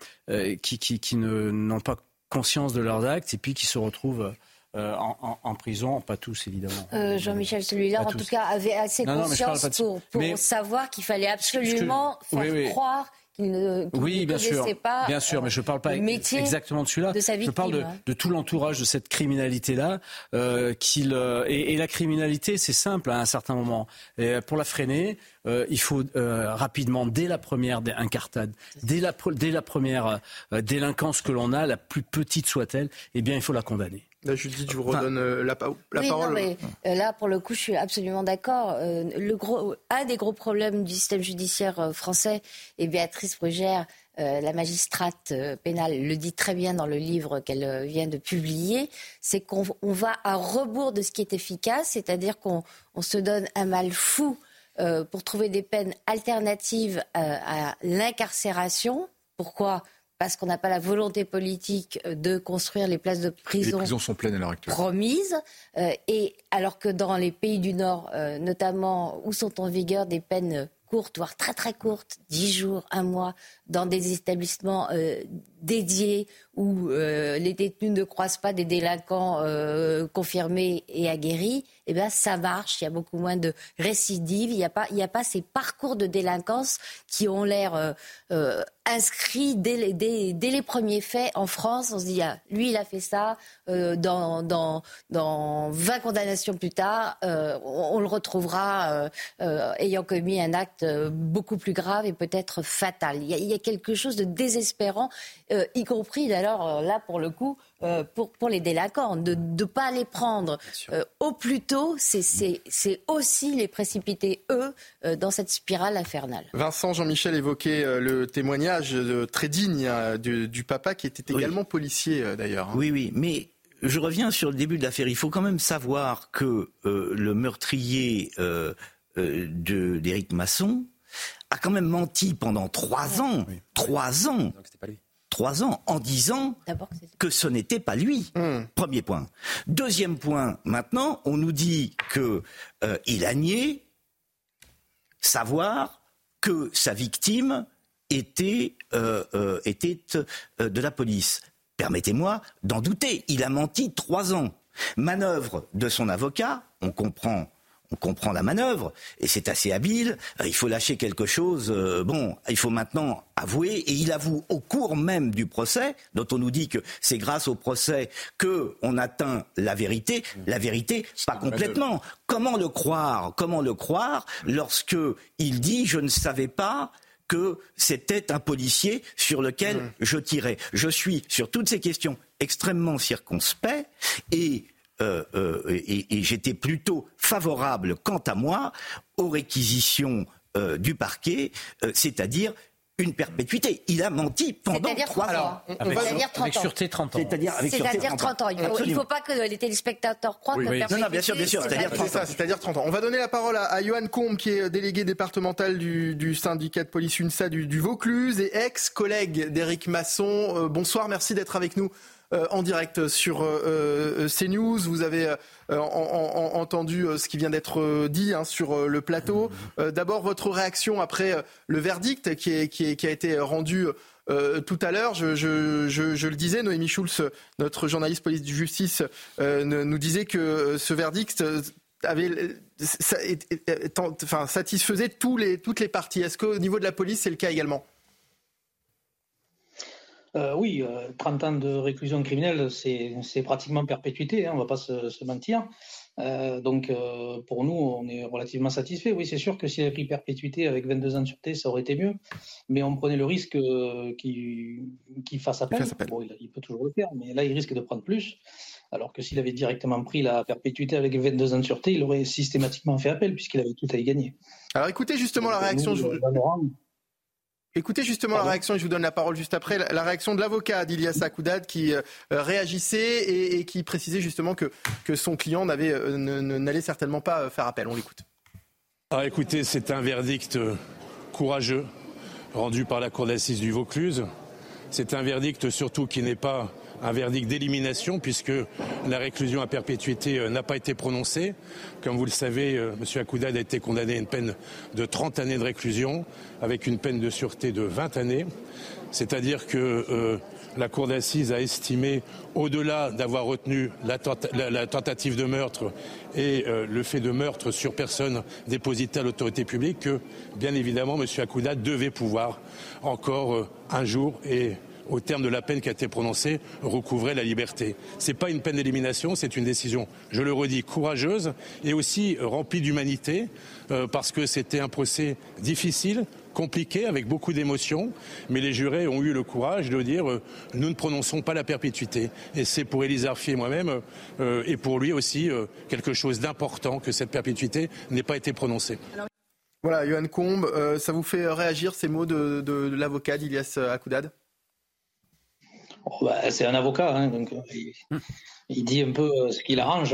n'ont pas conscience de leurs actes et puis qui se retrouvent en prison, pas tous évidemment. Jean-Michel, celui-là en tout cas avait assez conscience pour savoir qu'il fallait absolument faire croire qu'il ne connaissait pas. Bien sûr, mais je ne parle pas exactement de celui-là. Je parle de tout l'entourage de cette criminalité-là. Et la criminalité, c'est simple à un certain moment. Et pour la freiner, il faut rapidement, dès la première incartade, dès la première délinquance que l'on a, la plus petite soit-elle, eh bien, il faut la condamner. Là, Judith, je vous redonne la parole. Non, mais, là, pour le coup, je suis absolument d'accord. Un des gros problèmes du système judiciaire français, et Béatrice Brugère, la magistrate pénale, le dit très bien dans le livre qu'elle vient de publier, c'est qu'on va à rebours de ce qui est efficace, c'est-à-dire qu'on se donne un mal fou pour trouver des peines alternatives à l'incarcération. Pourquoi ? Parce qu'on n'a pas la volonté politique de construire les places de prison. Les prisons sont pleines à l'heure actuelle. Promises. Et alors que dans les pays du Nord, notamment, où sont en vigueur des peines courtes, voire très très courtes, 10 jours, 1 mois, dans des établissements dédiés où les détenus ne croisent pas des délinquants confirmés et aguerris, eh bien ça marche, il y a beaucoup moins de récidives, il n'y a pas ces parcours de délinquance qui ont l'air inscrits dès les premiers faits en France. On se dit, lui il a fait ça, dans 20 condamnations plus tard, on le retrouvera ayant commis un acte beaucoup plus grave et peut-être fatal. Il y a quelque chose de désespérant, y compris d'ailleurs là pour le coup pour les délinquants, de ne pas les prendre au plus tôt, c'est aussi les précipiter eux dans cette spirale infernale. Vincent Jean-Michel évoquait le témoignage très digne du papa qui était également policier d'ailleurs. Oui, mais je reviens sur le début de l'affaire. Il faut quand même savoir que le meurtrier d'Éric Masson a quand même menti pendant 3 ans. 3 ans. Donc c'était pas lui. 3 ans, en disant que ce n'était pas lui. Premier point. Deuxième point, maintenant, on nous dit qu'il a nié savoir que sa victime était de la police. Permettez-moi d'en douter. Il a menti 3 ans. Manœuvre de son avocat, on comprend la manœuvre, et c'est assez habile. Il faut lâcher quelque chose. Il faut maintenant avouer, et il avoue au cours même du procès, dont on nous dit que c'est grâce au procès qu'on atteint la vérité. La vérité, pas complètement. Comment le croire lorsque il dit « je ne savais pas » que c'était un policier sur lequel je tirais. Je suis, sur toutes ces questions, extrêmement circonspect et j'étais plutôt favorable, quant à moi, aux réquisitions du parquet, c'est-à-dire une perpétuité. Il a menti pendant 3 ans. Avec sûreté 30 ans. C'est-à-dire 30 ans. Il ne faut pas que les téléspectateurs croient que la perpétuité... Non, bien sûr. C'est-à-dire 30 ans. On va donner la parole à Johan Combe, qui est délégué départemental du syndicat de police UNSA du Vaucluse et ex-collègue d'Éric Masson. Bonsoir, merci d'être avec nous en direct sur CNews. Vous avez entendu ce qui vient d'être dit sur le plateau. D'abord, votre réaction après le verdict qui a été rendu tout à l'heure. Je le disais, Noémie Schulz, notre journaliste police de justice, nous disait que ce verdict satisfaisait toutes les parties. Est-ce qu'au niveau de la police, c'est le cas également ? Oui, 30 ans de réclusion criminelle, c'est pratiquement perpétuité, on ne va pas se mentir. Donc, pour nous, on est relativement satisfait. Oui, c'est sûr que s'il avait pris perpétuité avec 22 ans de sûreté, ça aurait été mieux. Mais on prenait le risque qu'il fasse appel. Bon, il peut toujours le faire, mais là, il risque de prendre plus. Alors que s'il avait directement pris la perpétuité avec 22 ans de sûreté, il aurait systématiquement fait appel, puisqu'il avait tout à y gagner. Alors, écoutez justement la réaction... Écoutez justement la réaction, et je vous donne la parole juste après, la réaction de l'avocat d'Ilyas Akoudad qui réagissait et qui précisait justement que son client n'allait certainement pas faire appel. On l'écoute. Écoutez, c'est un verdict courageux rendu par la Cour d'assises du Vaucluse. C'est un verdict surtout qui n'est pas un verdict d'élimination puisque la réclusion à perpétuité n'a pas été prononcée. Comme vous le savez, M. Akoudad a été condamné à une peine de 30 années de réclusion avec une peine de sûreté de 20 années. C'est-à-dire que la Cour d'assises a estimé, au-delà d'avoir retenu la tentative de meurtre et le fait de meurtre sur personne dépositée à l'autorité publique, que bien évidemment M. Akoudad devait pouvoir encore un jour et au terme de la peine qui a été prononcée, recouvrer la liberté. Ce n'est pas une peine d'élimination, c'est une décision, je le redis, courageuse et aussi remplie d'humanité, parce que c'était un procès difficile, compliqué, avec beaucoup d'émotions, mais les jurés ont eu le courage de dire nous ne prononçons pas la perpétuité. Et c'est pour Élise Arfi et moi-même, et pour lui aussi, quelque chose d'important que cette perpétuité n'ait pas été prononcée. Voilà, Johan Combe, ça vous fait réagir ces mots de l'avocat d'Ilyas Akoudad ? C'est un avocat, donc il dit un peu ce qu'il arrange.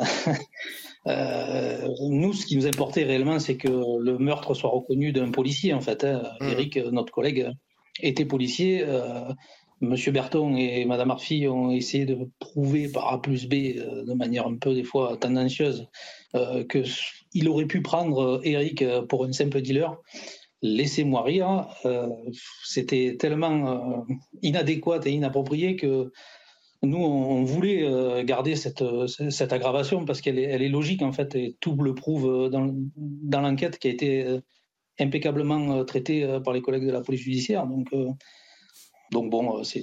Nous, ce qui nous importait réellement, c'est que le meurtre soit reconnu d'un policier, en fait. Éric, notre collègue, était policier. Monsieur Berton et Madame Arfi ont essayé de prouver par A plus B, de manière un peu des fois tendancieuse, qu'il aurait pu prendre Eric pour un simple dealer. Laissez-moi rire, c'était tellement inadéquat et inapproprié que nous, on voulait garder cette aggravation parce qu'elle est logique en fait, et tout le prouve dans l'enquête qui a été impeccablement traitée par les collègues de la police judiciaire. Donc bon, c'est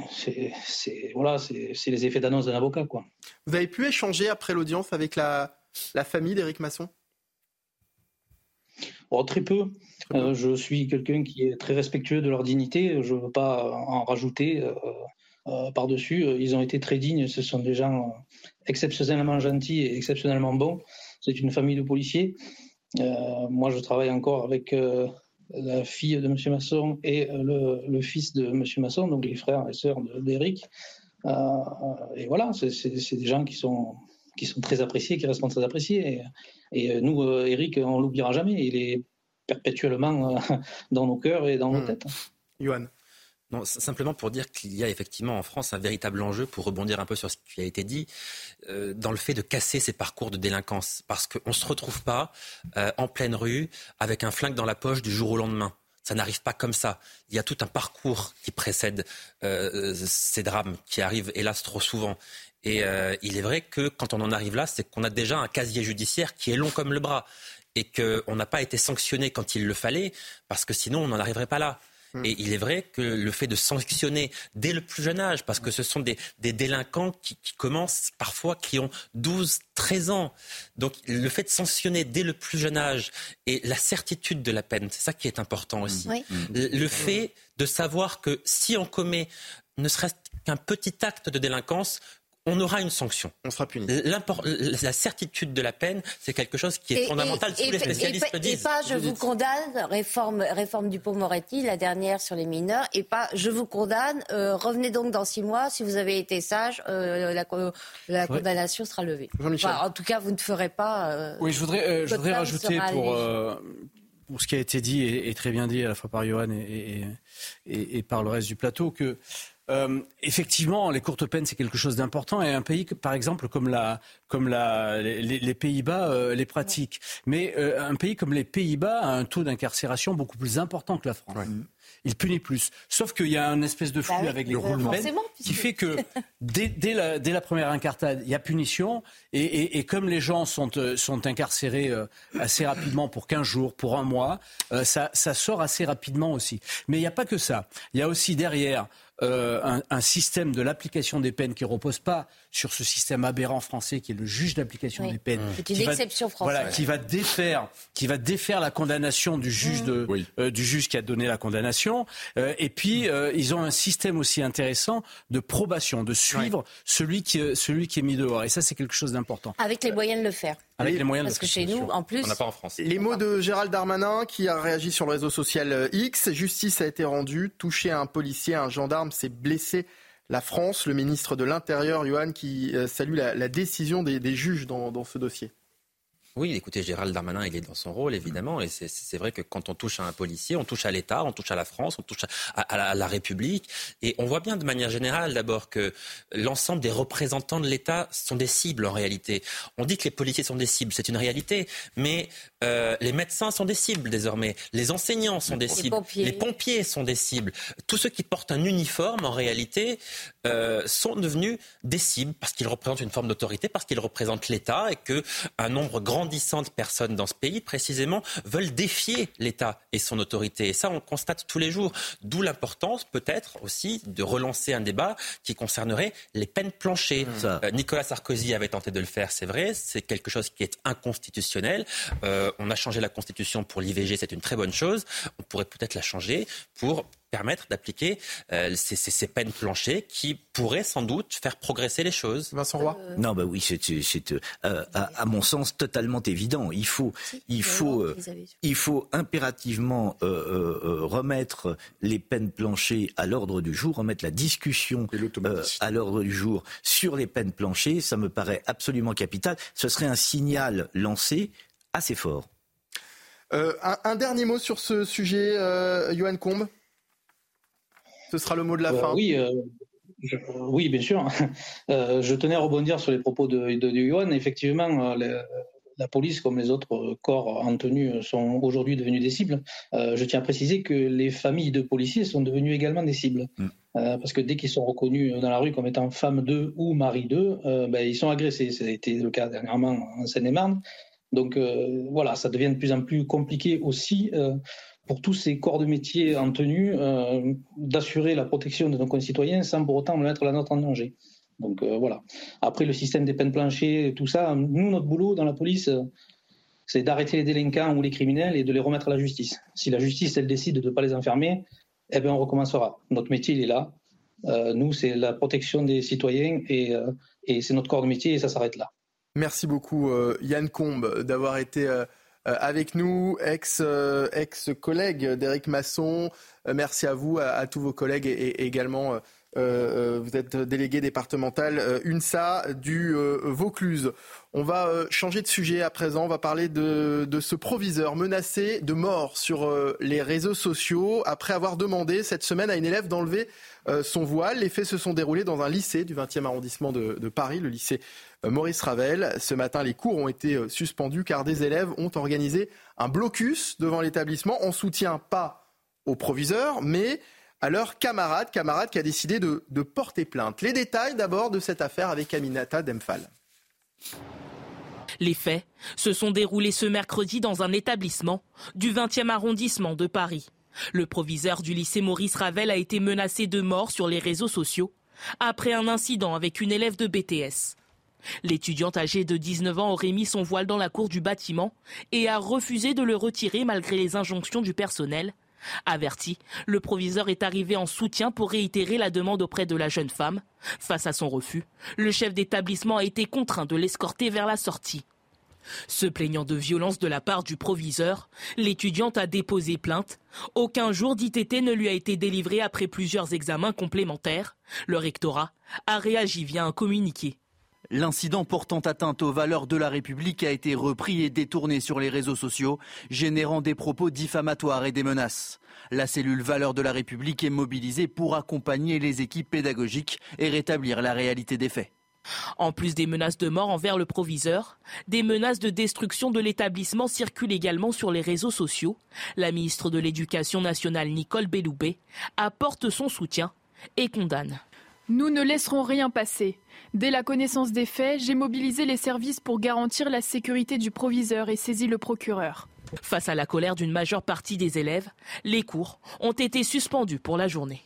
les effets d'annonce d'un avocat, quoi. Vous avez pu échanger après l'audience avec la famille d'Éric Masson ? Très peu. Je suis quelqu'un qui est très respectueux de leur dignité. Je ne veux pas en rajouter par-dessus. Ils ont été très dignes. Ce sont des gens exceptionnellement gentils et exceptionnellement bons. C'est une famille de policiers. Moi, je travaille encore avec la fille de M. Masson et le fils de M. Masson, donc les frères et sœurs d'Éric. Et voilà, c'est des gens qui sont très appréciés, qui resteront très appréciés. Et nous, Éric, on ne l'oubliera jamais. Il est perpétuellement dans nos cœurs et dans nos têtes. Yoann. Non, simplement pour dire qu'il y a effectivement en France un véritable enjeu, pour rebondir un peu sur ce qui a été dit, dans le fait de casser ces parcours de délinquance. Parce qu'on ne se retrouve pas en pleine rue avec un flingue dans la poche du jour au lendemain. Ça n'arrive pas comme ça. Il y a tout un parcours qui précède ces drames qui arrivent hélas trop souvent. Et il est vrai que quand on en arrive là, c'est qu'on a déjà un casier judiciaire qui est long comme le bras et qu'on n'a pas été sanctionné quand il le fallait parce que sinon on n'en arriverait pas là. Et il est vrai que le fait de sanctionner dès le plus jeune âge, parce que ce sont des délinquants qui commencent parfois, qui ont 12, 13 ans. Donc le fait de sanctionner dès le plus jeune âge et la certitude de la peine, c'est ça qui est important aussi. Oui. Le fait de savoir que si on commet ne serait-ce qu'un petit acte de délinquance, on aura une sanction. On sera puni. La certitude de la peine, c'est quelque chose qui est fondamental. Tous les spécialistes le disent. Et pas je vous condamne, réforme Dupond-Moretti, la dernière sur les mineurs, et pas je vous condamne, revenez donc dans 6 mois, si vous avez été sage, la condamnation sera levée. Enfin, en tout cas, vous ne ferez pas... oui, je voudrais rajouter pour ce qui a été dit, et très bien dit à la fois par Yoann et par le reste du plateau, que effectivement, les courtes peines, c'est quelque chose d'important. Et un pays, par exemple, comme les Pays-Bas les pratiquent. Mais un pays comme les Pays-Bas a un taux d'incarcération beaucoup plus important que la France. Ouais. Il punit plus. Sauf qu'il y a une espèce de flux avec les roulements qui fait que dès la première incartade, il y a punition. Et comme les gens sont incarcérés assez rapidement pour 15 jours, pour 1 mois, ça sort assez rapidement aussi. Mais il n'y a pas que ça. Il y a aussi derrière un système de l'application des peines qui ne repose pas sur ce système aberrant français qui est le juge d'application des peines. C'est une exception française. Voilà, qui va défaire la condamnation du juge du juge qui a donné la condamnation. Et puis ils ont un système aussi intéressant de probation, de suivre celui qui est mis dehors. Et ça, c'est quelque chose d'important. Avec les moyens de le faire. Parce que chez nous, en plus... On n'a pas en France. Les mots de Gérald Darmanin qui a réagi sur le réseau social X. Justice a été rendue. Toucher un policier, un gendarme, c'est blesser la France. Le ministre de l'Intérieur, Yoann, qui salue la décision des juges dans ce dossier. Oui, écoutez, Gérald Darmanin, il est dans son rôle, évidemment. Et c'est vrai que quand on touche à un policier, on touche à l'État, on touche à la France, on touche à la République. Et on voit bien de manière générale, d'abord, que l'ensemble des représentants de l'État sont des cibles, en réalité. On dit que les policiers sont des cibles, c'est une réalité. Mais les médecins sont des cibles, désormais. Les enseignants sont des cibles. Les pompiers sont des cibles. Tous ceux qui portent un uniforme, en réalité, sont devenus des cibles parce qu'ils représentent une forme d'autorité, parce qu'ils représentent l'État et qu'un nombre grandissant de personnes dans ce pays, précisément, veulent défier l'État et son autorité. Et ça, on le constate tous les jours. D'où l'importance, peut-être, aussi, de relancer un débat qui concernerait les peines planchées. Nicolas Sarkozy avait tenté de le faire, c'est vrai. C'est quelque chose qui est inconstitutionnel. On a changé la Constitution pour l'IVG, c'est une très bonne chose. On pourrait peut-être la changer pour permettre d'appliquer ces peines planchées qui pourraient sans doute faire progresser les choses. Vincent Roy ? Non, oui, c'est à mon sens totalement évident. Il faut impérativement remettre les peines planchées à l'ordre du jour, remettre la discussion à l'ordre du jour sur les peines planchées. Ça me paraît absolument capital. Ce serait un signal lancé assez fort. Un dernier mot sur ce sujet, Yoann Combe. Ce sera le mot de la fin. Oui, bien sûr. Je tenais à rebondir sur les propos de Yoann. Effectivement, la police, comme les autres corps en tenue, sont aujourd'hui devenus des cibles. Je tiens à préciser que les familles de policiers sont devenues également des cibles. Parce que dès qu'ils sont reconnus dans la rue comme étant femme d'eux ou mari d'eux, ils sont agressés. Ça a été le cas dernièrement en Seine-et-Marne. Donc voilà, ça devient de plus en plus compliqué aussi pour tous ces corps de métier en tenue d'assurer la protection de nos concitoyens sans pour autant mettre la nôtre en danger. Donc voilà. Après, le système des peines planchées, tout ça, nous, notre boulot dans la police, c'est d'arrêter les délinquants ou les criminels et de les remettre à la justice. Si la justice, elle décide de ne pas les enfermer, eh bien, on recommencera. Notre métier, il est là. Nous, c'est la protection des citoyens et c'est notre corps de métier et ça s'arrête là. Merci beaucoup, Yann Combe, d'avoir été avec nous, ex-collègue d'Éric Masson. Merci à vous, à tous vos collègues et également... vous êtes délégué départemental UNSA du Vaucluse. On va changer de sujet à présent. On va parler de ce proviseur menacé de mort sur les réseaux sociaux après avoir demandé cette semaine à une élève d'enlever son voile. Les faits se sont déroulés dans un lycée du 20e arrondissement de Paris, le lycée Maurice Ravel. Ce matin, les cours ont été suspendus car des élèves ont organisé un blocus devant l'établissement en soutien pas au proviseur, mais à leur camarade qui a décidé de porter plainte. Les détails d'abord de cette affaire avec Aminata Demphal. Les faits se sont déroulés ce mercredi dans un établissement du 20e arrondissement de Paris. Le proviseur du lycée Maurice Ravel a été menacé de mort sur les réseaux sociaux après un incident avec une élève de BTS. L'étudiante âgée de 19 ans aurait mis son voile dans la cour du bâtiment et a refusé de le retirer malgré les injonctions du personnel. Averti, le proviseur est arrivé en soutien pour réitérer la demande auprès de la jeune femme. Face à son refus, le chef d'établissement a été contraint de l'escorter vers la sortie. Se plaignant de violence de la part du proviseur, l'étudiante a déposé plainte. Aucun jour d'ITT ne lui a été délivré après plusieurs examens complémentaires. Le rectorat a réagi via un communiqué. L'incident portant atteinte aux valeurs de la République a été repris et détourné sur les réseaux sociaux, générant des propos diffamatoires et des menaces. La cellule Valeurs de la République est mobilisée pour accompagner les équipes pédagogiques et rétablir la réalité des faits. En plus des menaces de mort envers le proviseur, des menaces de destruction de l'établissement circulent également sur les réseaux sociaux. La ministre de l'Éducation nationale, Nicole Belloubet, apporte son soutien et condamne. Nous ne laisserons rien passer. Dès la connaissance des faits, j'ai mobilisé les services pour garantir la sécurité du proviseur et saisi le procureur. Face à la colère d'une majeure partie des élèves, les cours ont été suspendus pour la journée.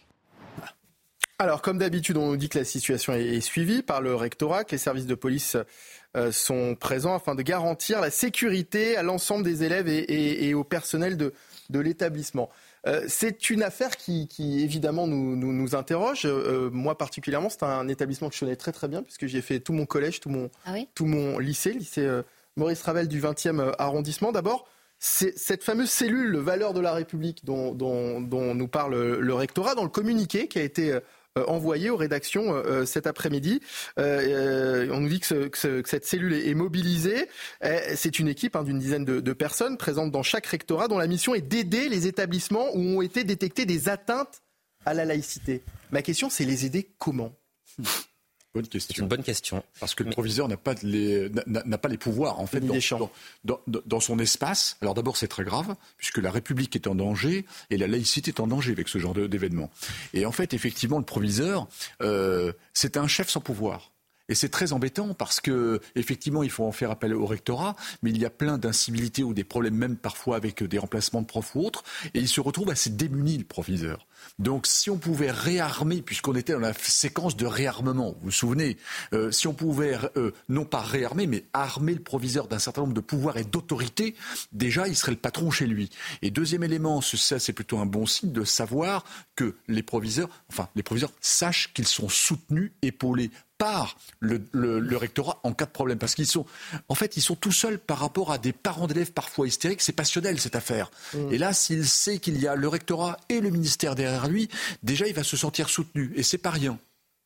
Alors, comme d'habitude, on nous dit que la situation est suivie par le rectorat, que les services de police sont présents afin de garantir la sécurité à l'ensemble des élèves et au personnel de l'établissement. C'est une affaire qui évidemment nous interroge. Moi particulièrement, c'est un établissement que je connais très très bien puisque j'y ai fait tout mon collège, tout mon lycée Maurice Ravel du 20e arrondissement. D'abord, c'est cette fameuse cellule Valeurs de la République dont nous parle le rectorat dans le communiqué qui a été envoyé aux rédactions cet après-midi. On nous dit que cette cellule est mobilisée. C'est une équipe d'une dizaine de personnes présentes dans chaque rectorat dont la mission est d'aider les établissements où ont été détectées des atteintes à la laïcité. Ma question, c'est les aider comment ? Bonne question. C'est une bonne question. Parce que le proviseur n'a pas les pouvoirs, en fait, dans son espace. Alors d'abord, c'est très grave, puisque la République est en danger et la laïcité est en danger avec ce genre d'événement. Et en fait, effectivement, le proviseur, c'est un chef sans pouvoir. Et c'est très embêtant parce que, effectivement, il faut en faire appel au rectorat, mais il y a plein d'incivilités ou des problèmes même parfois avec des remplacements de profs ou autres, et il se retrouve assez démuni, le proviseur. Donc, si on pouvait réarmer, puisqu'on était dans la séquence de réarmement, vous vous souvenez, si on pouvait non pas réarmer, mais armer le proviseur d'un certain nombre de pouvoirs et d'autorités, déjà, il serait le patron chez lui. Et deuxième élément, ça c'est plutôt un bon signe de savoir que les proviseurs sachent qu'ils sont soutenus, épaulés par le rectorat en cas de problème. Parce qu'ils sont tout seuls par rapport à des parents d'élèves parfois hystériques. C'est passionnel, cette affaire. Et là, s'il sait qu'il y a le rectorat et le ministère derrière lui, déjà, il va se sentir soutenu. Et c'est pas rien.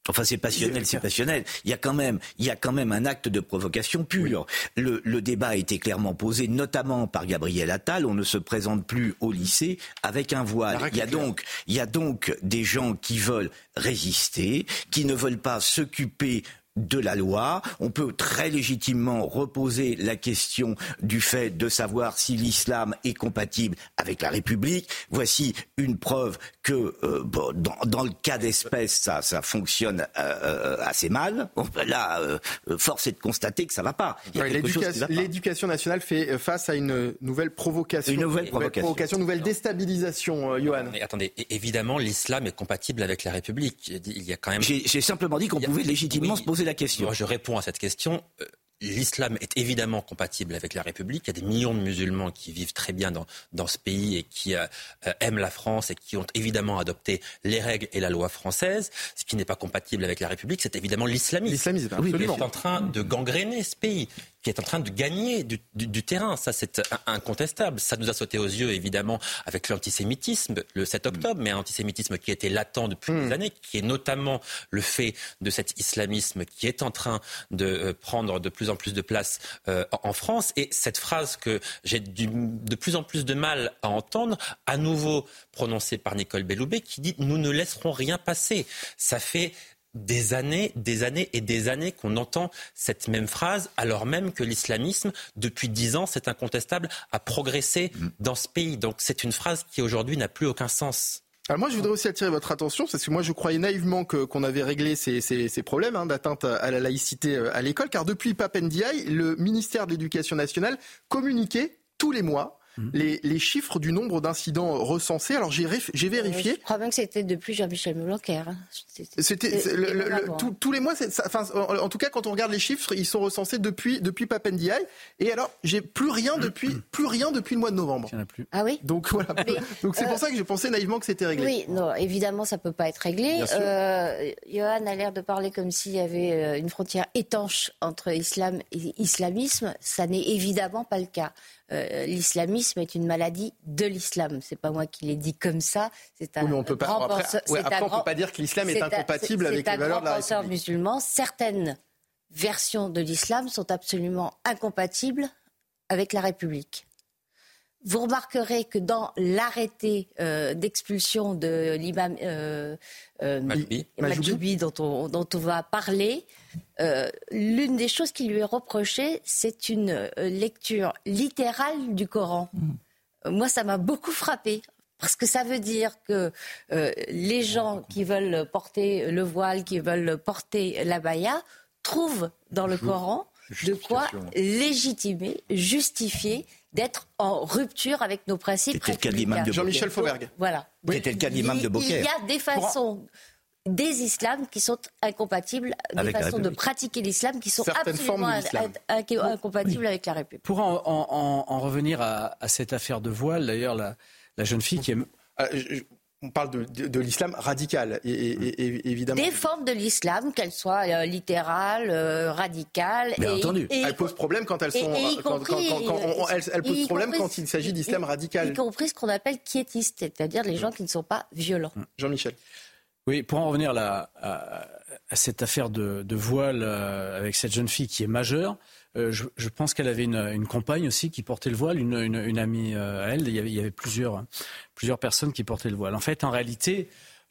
Enfin, c'est passionnel. Il y a quand même un acte de provocation pure. Oui. Le débat a été clairement posé, notamment par Gabriel Attal. On ne se présente plus au lycée avec un voile. Il y a donc des gens qui veulent résister, qui ne veulent pas s'occuper de la loi. On peut très légitimement reposer la question du fait de savoir si l'islam est compatible avec la République. Voici une preuve que dans le cas d'espèce, ça fonctionne assez mal. Là, force est de constater que ça ne va pas. L'éducation nationale fait face à une nouvelle provocation. Nouvelle déstabilisation, Johan. Mais attendez, évidemment, l'islam est compatible avec la République. Il y a quand même... J'ai simplement dit qu'on pouvait légitimement se poser la question. Moi, je réponds à cette question. L'islam est évidemment compatible avec la République. Il y a des millions de musulmans qui vivent très bien dans ce pays et qui aiment la France et qui ont évidemment adopté les règles et la loi française. Ce qui n'est pas compatible avec la République, c'est évidemment l'islamisme. L'islamisme, absolument. Qui est en train de gangréner ce pays, qui est en train de gagner du terrain. Ça, c'est incontestable. Ça nous a sauté aux yeux, évidemment, avec l'antisémitisme le 7 octobre, mais un antisémitisme qui était latent depuis des années, qui est notamment le fait de cet islamisme qui est en train de prendre de plus en plus de place en France. Et cette phrase que j'ai de plus en plus de mal à entendre, à nouveau prononcée par Nicole Belloubet, qui dit « Nous ne laisserons rien passer ». Ça fait des années et des années qu'on entend cette même phrase, alors même que l'islamisme, depuis 10 ans, c'est incontestable, a progressé dans ce pays. Donc c'est une phrase qui aujourd'hui n'a plus aucun sens. Alors moi, je voudrais aussi attirer votre attention, parce que moi, je croyais naïvement qu'on avait réglé ces problèmes d'atteinte à la laïcité à l'école, car depuis Pape Ndiaye, le ministère de l'Éducation nationale communiquait tous les mois les chiffres du nombre d'incidents recensés. Alors j'ai vérifié. Je crois bien que c'était depuis Jean-Michel Blanquer. Tous les mois, en tout cas quand on regarde les chiffres, ils sont recensés depuis Pape Ndiaye. Et alors j'ai plus rien depuis le mois de novembre. Il n'y en a plus. Ah oui. Donc voilà. Donc c'est pour ça que j'ai pensé naïvement que c'était réglé. Oui, non, évidemment ça peut pas être réglé. Johan a l'air de parler comme s'il y avait une frontière étanche entre islam et islamisme. Ça n'est évidemment pas le cas. L'islamisme est une maladie de l'islam. C'est pas moi qui l'ai dit comme ça. C'est un on peut pas, grand penseur. Après, on peut pas dire que l'islam est incompatible avec les valeurs de la République. C'est un grand penseur musulman. Certaines versions de l'islam sont absolument incompatibles avec la République. Vous remarquerez que dans l'arrêté d'expulsion de l'imam Majoubi dont on va parler, l'une des choses qui lui est reprochée, c'est une lecture littérale du Coran. Moi, ça m'a beaucoup frappée. Parce que ça veut dire que les gens qui veulent porter le voile, qui veulent porter l'abaya, trouvent dans le Coran de quoi légitimer, justifier d'être en rupture avec nos principes républicains. Jean-Michel Fauvergue. Voilà. C'était le cas de l'imam de Beaucaire. Il y a des façons des islams qui sont incompatibles, des façons de pratiquer l'islam qui sont absolument incompatibles avec la République. Pour en revenir à cette affaire de voile, d'ailleurs, la jeune fille qui est... On parle de l'islam radical, et évidemment. Des formes de l'islam, qu'elles soient littérales, radicales. Bien entendu. Elles posent problème quand elles sont. Elles posent problème quand il s'agit d'islam radical. Y compris ce qu'on appelle quiétistes, c'est-à-dire les gens qui ne sont pas violents. Jean-Michel. Oui, pour en revenir à cette affaire de voile avec cette jeune fille qui est majeure, je pense qu'elle avait une compagne aussi qui portait le voile, une amie à elle. Il y avait plusieurs personnes qui portaient le voile. En fait, en réalité,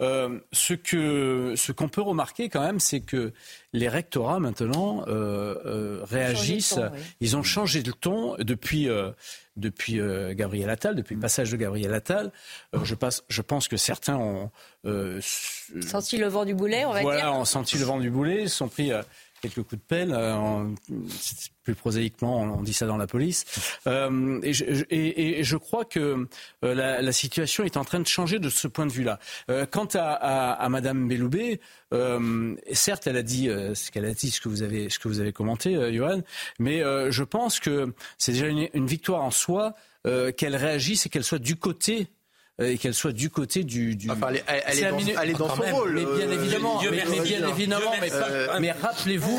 ce qu'on peut remarquer quand même, c'est que les rectorats maintenant réagissent. Ils ont changé de ton depuis Gabriel Attal, depuis le passage de Gabriel Attal. Je pense que certains ont senti le vent du boulet, on va dire. Voilà, ont senti le vent du boulet, ils se sont pris quelques coups de pelle. Plus prosaïquement, on dit ça dans la police. Et je crois que la situation est en train de changer de ce point de vue-là. Quant à Madame Belloubet, certes, elle a dit ce qu'elle a dit, ce que vous avez commenté, Johan, mais je pense que c'est déjà une victoire en soi qu'elle réagisse et qu'elle soit du côté et qu'elle soit du côté du... Enfin, elle est dans son rôle. Mais bien évidemment, mais rappelez-vous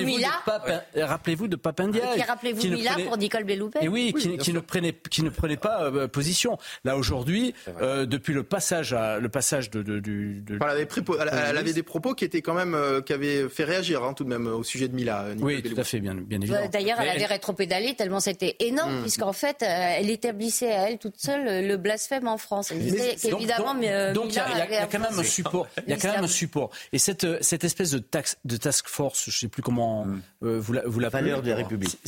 de Pape Ndiaye. Rappelez-vous Mila pour Nicole Belloubet. Et oui, qui ne prenait pas position. Là aujourd'hui, depuis le passage de... Elle avait des propos qui étaient quand même qui avaient fait réagir tout de même au sujet de Mila. Oui, tout à fait, bien évidemment. D'ailleurs, elle avait rétropédalé tellement c'était énorme, puisqu'en fait, elle établissait à elle toute seule le blasphème en France. Elle disait qu'évidemment, donc il y a quand même un support. Il y a quand même un support. Et cette espèce de task force, je ne sais plus comment vous l'appelez. Valeurs de la République.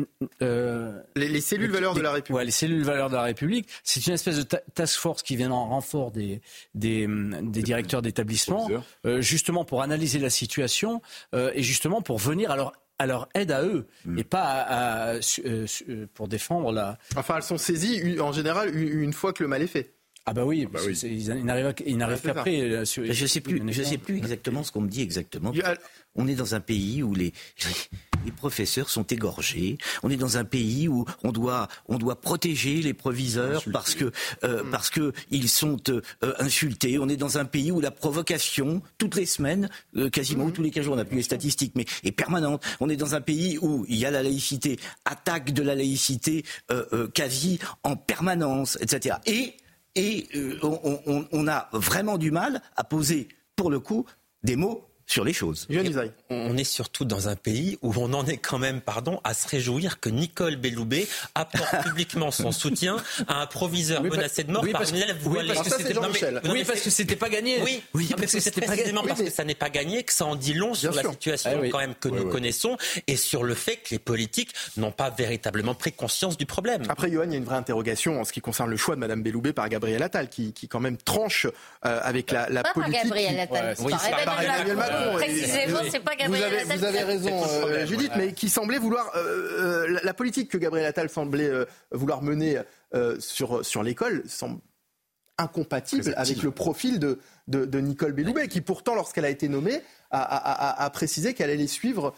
Les cellules valeurs de la République. Ouais, les cellules valeurs de la République. C'est une espèce de task force qui vient en renfort des directeurs d'établissement, justement pour analyser la situation et justement pour venir à leur aide à eux et pas pour défendre la... Enfin, elles sont saisies en général une fois que le mal est fait. Ah bah oui, ils n'arrivent qu'après. Je sais plus exactement ce qu'on me dit exactement. On est dans un pays où les professeurs sont égorgés. On est dans un pays où on doit protéger les proviseurs parce que ils sont insultés. On est dans un pays où la provocation toutes les semaines, quasiment tous les 15 jours, on n'a plus les statistiques, mais est permanente. On est dans un pays où il y a la laïcité, attaque de la laïcité quasi en permanence, etc. Et on a vraiment du mal à poser, pour le coup, des mots sur les choses. On est surtout dans un pays où on en est quand même, à se réjouir que Nicole Belloubet apporte publiquement son soutien à un proviseur menacé de mort par une élève voilée. Parce que c'était pas gagné. Oui, parce que c'est précisément parce que ça n'est pas gagné que ça en dit long sur la situation quand même que nous connaissons et sur le fait que les politiques n'ont pas véritablement pris conscience du problème. Après, Johan, il y a une vraie interrogation en ce qui concerne le choix de Madame Belloubet par Gabriel Attal, qui quand même tranche avec la politique. Pas Gabriel Attal. Par Emmanuel Macron. Précisément, c'est pas Gabriel Attal. Vous avez raison, Judith, mais qui semblait vouloir la politique que Gabriel Attal semblait vouloir mener sur l'école semble incompatible avec le profil de Nicole Belloubet, qui pourtant, lorsqu'elle a été nommée, a précisé qu'elle allait suivre.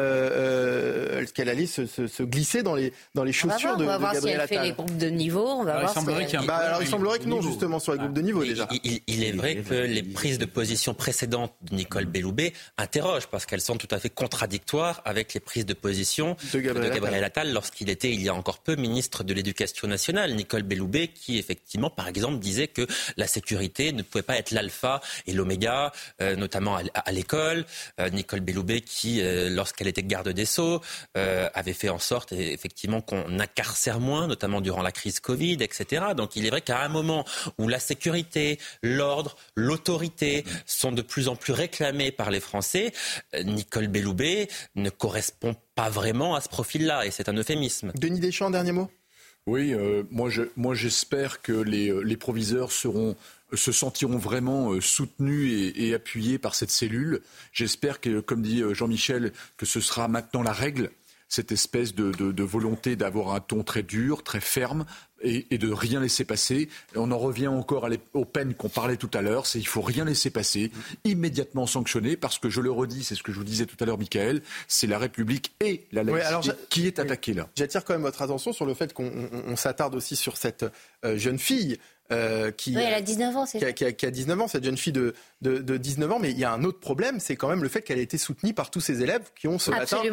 Qu'elle allait se glisser dans les chaussures de Gabriel Attal. On va voir si elle fait les groupes de niveau. On va voir il semblerait que non, justement, sur les groupes de niveau déjà. Il est vrai que les prises de position précédentes de Nicole Belloubet interrogent parce qu'elles sont tout à fait contradictoires avec les prises de position de Gabriel Attal lorsqu'il était, il y a encore peu, ministre de l'Éducation nationale. Nicole Belloubet qui, effectivement, par exemple, disait que la sécurité ne pouvait pas être l'alpha et l'oméga, notamment à l'école. Nicole Belloubet qui, lorsqu'elle était garde des Sceaux, avait fait en sorte effectivement qu'on incarcère moins, notamment durant la crise Covid, etc. Donc il est vrai qu'à un moment où la sécurité, l'ordre, l'autorité sont de plus en plus réclamés par les Français, Nicole Belloubet ne correspond pas vraiment à ce profil-là, et c'est un euphémisme. Denis Deschamps, dernier mot ? Oui, moi j'espère que les proviseurs se sentiront vraiment soutenus et appuyés par cette cellule. J'espère que, comme dit Jean-Michel, que ce sera maintenant la règle, cette espèce de volonté d'avoir un ton très dur, très ferme, et de rien laisser passer. Et on en revient encore aux peines qu'on parlait tout à l'heure, il faut rien laisser passer, immédiatement sanctionner, parce que je le redis, c'est ce que je vous disais tout à l'heure, Michael, c'est la République et la laïcité qui est attaquée là. J'attire quand même votre attention sur le fait qu'on s'attarde aussi sur cette jeune fille qui elle a 19 ans, qui a 19 ans, cette jeune fille de 19 ans, mais il y a un autre problème, c'est quand même le fait qu'elle a été soutenue par tous ses élèves qui ont ce matin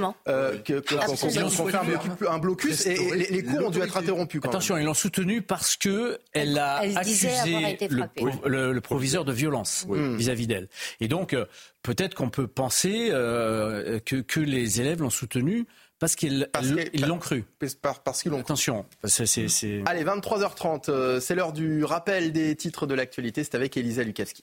fait un blocus et les cours ont dû être interrompus. Attention, ils l'ont soutenue parce que elle a accusé le proviseur de violence vis-à-vis d'elle. Et donc, peut-être qu'on peut penser que les élèves l'ont soutenue parce qu'ils l'ont cru. Parce qu'ils l'ont cru. Attention. Allez, 23h30, c'est l'heure du rappel des titres de l'actualité. C'est avec Elisa Lukaski.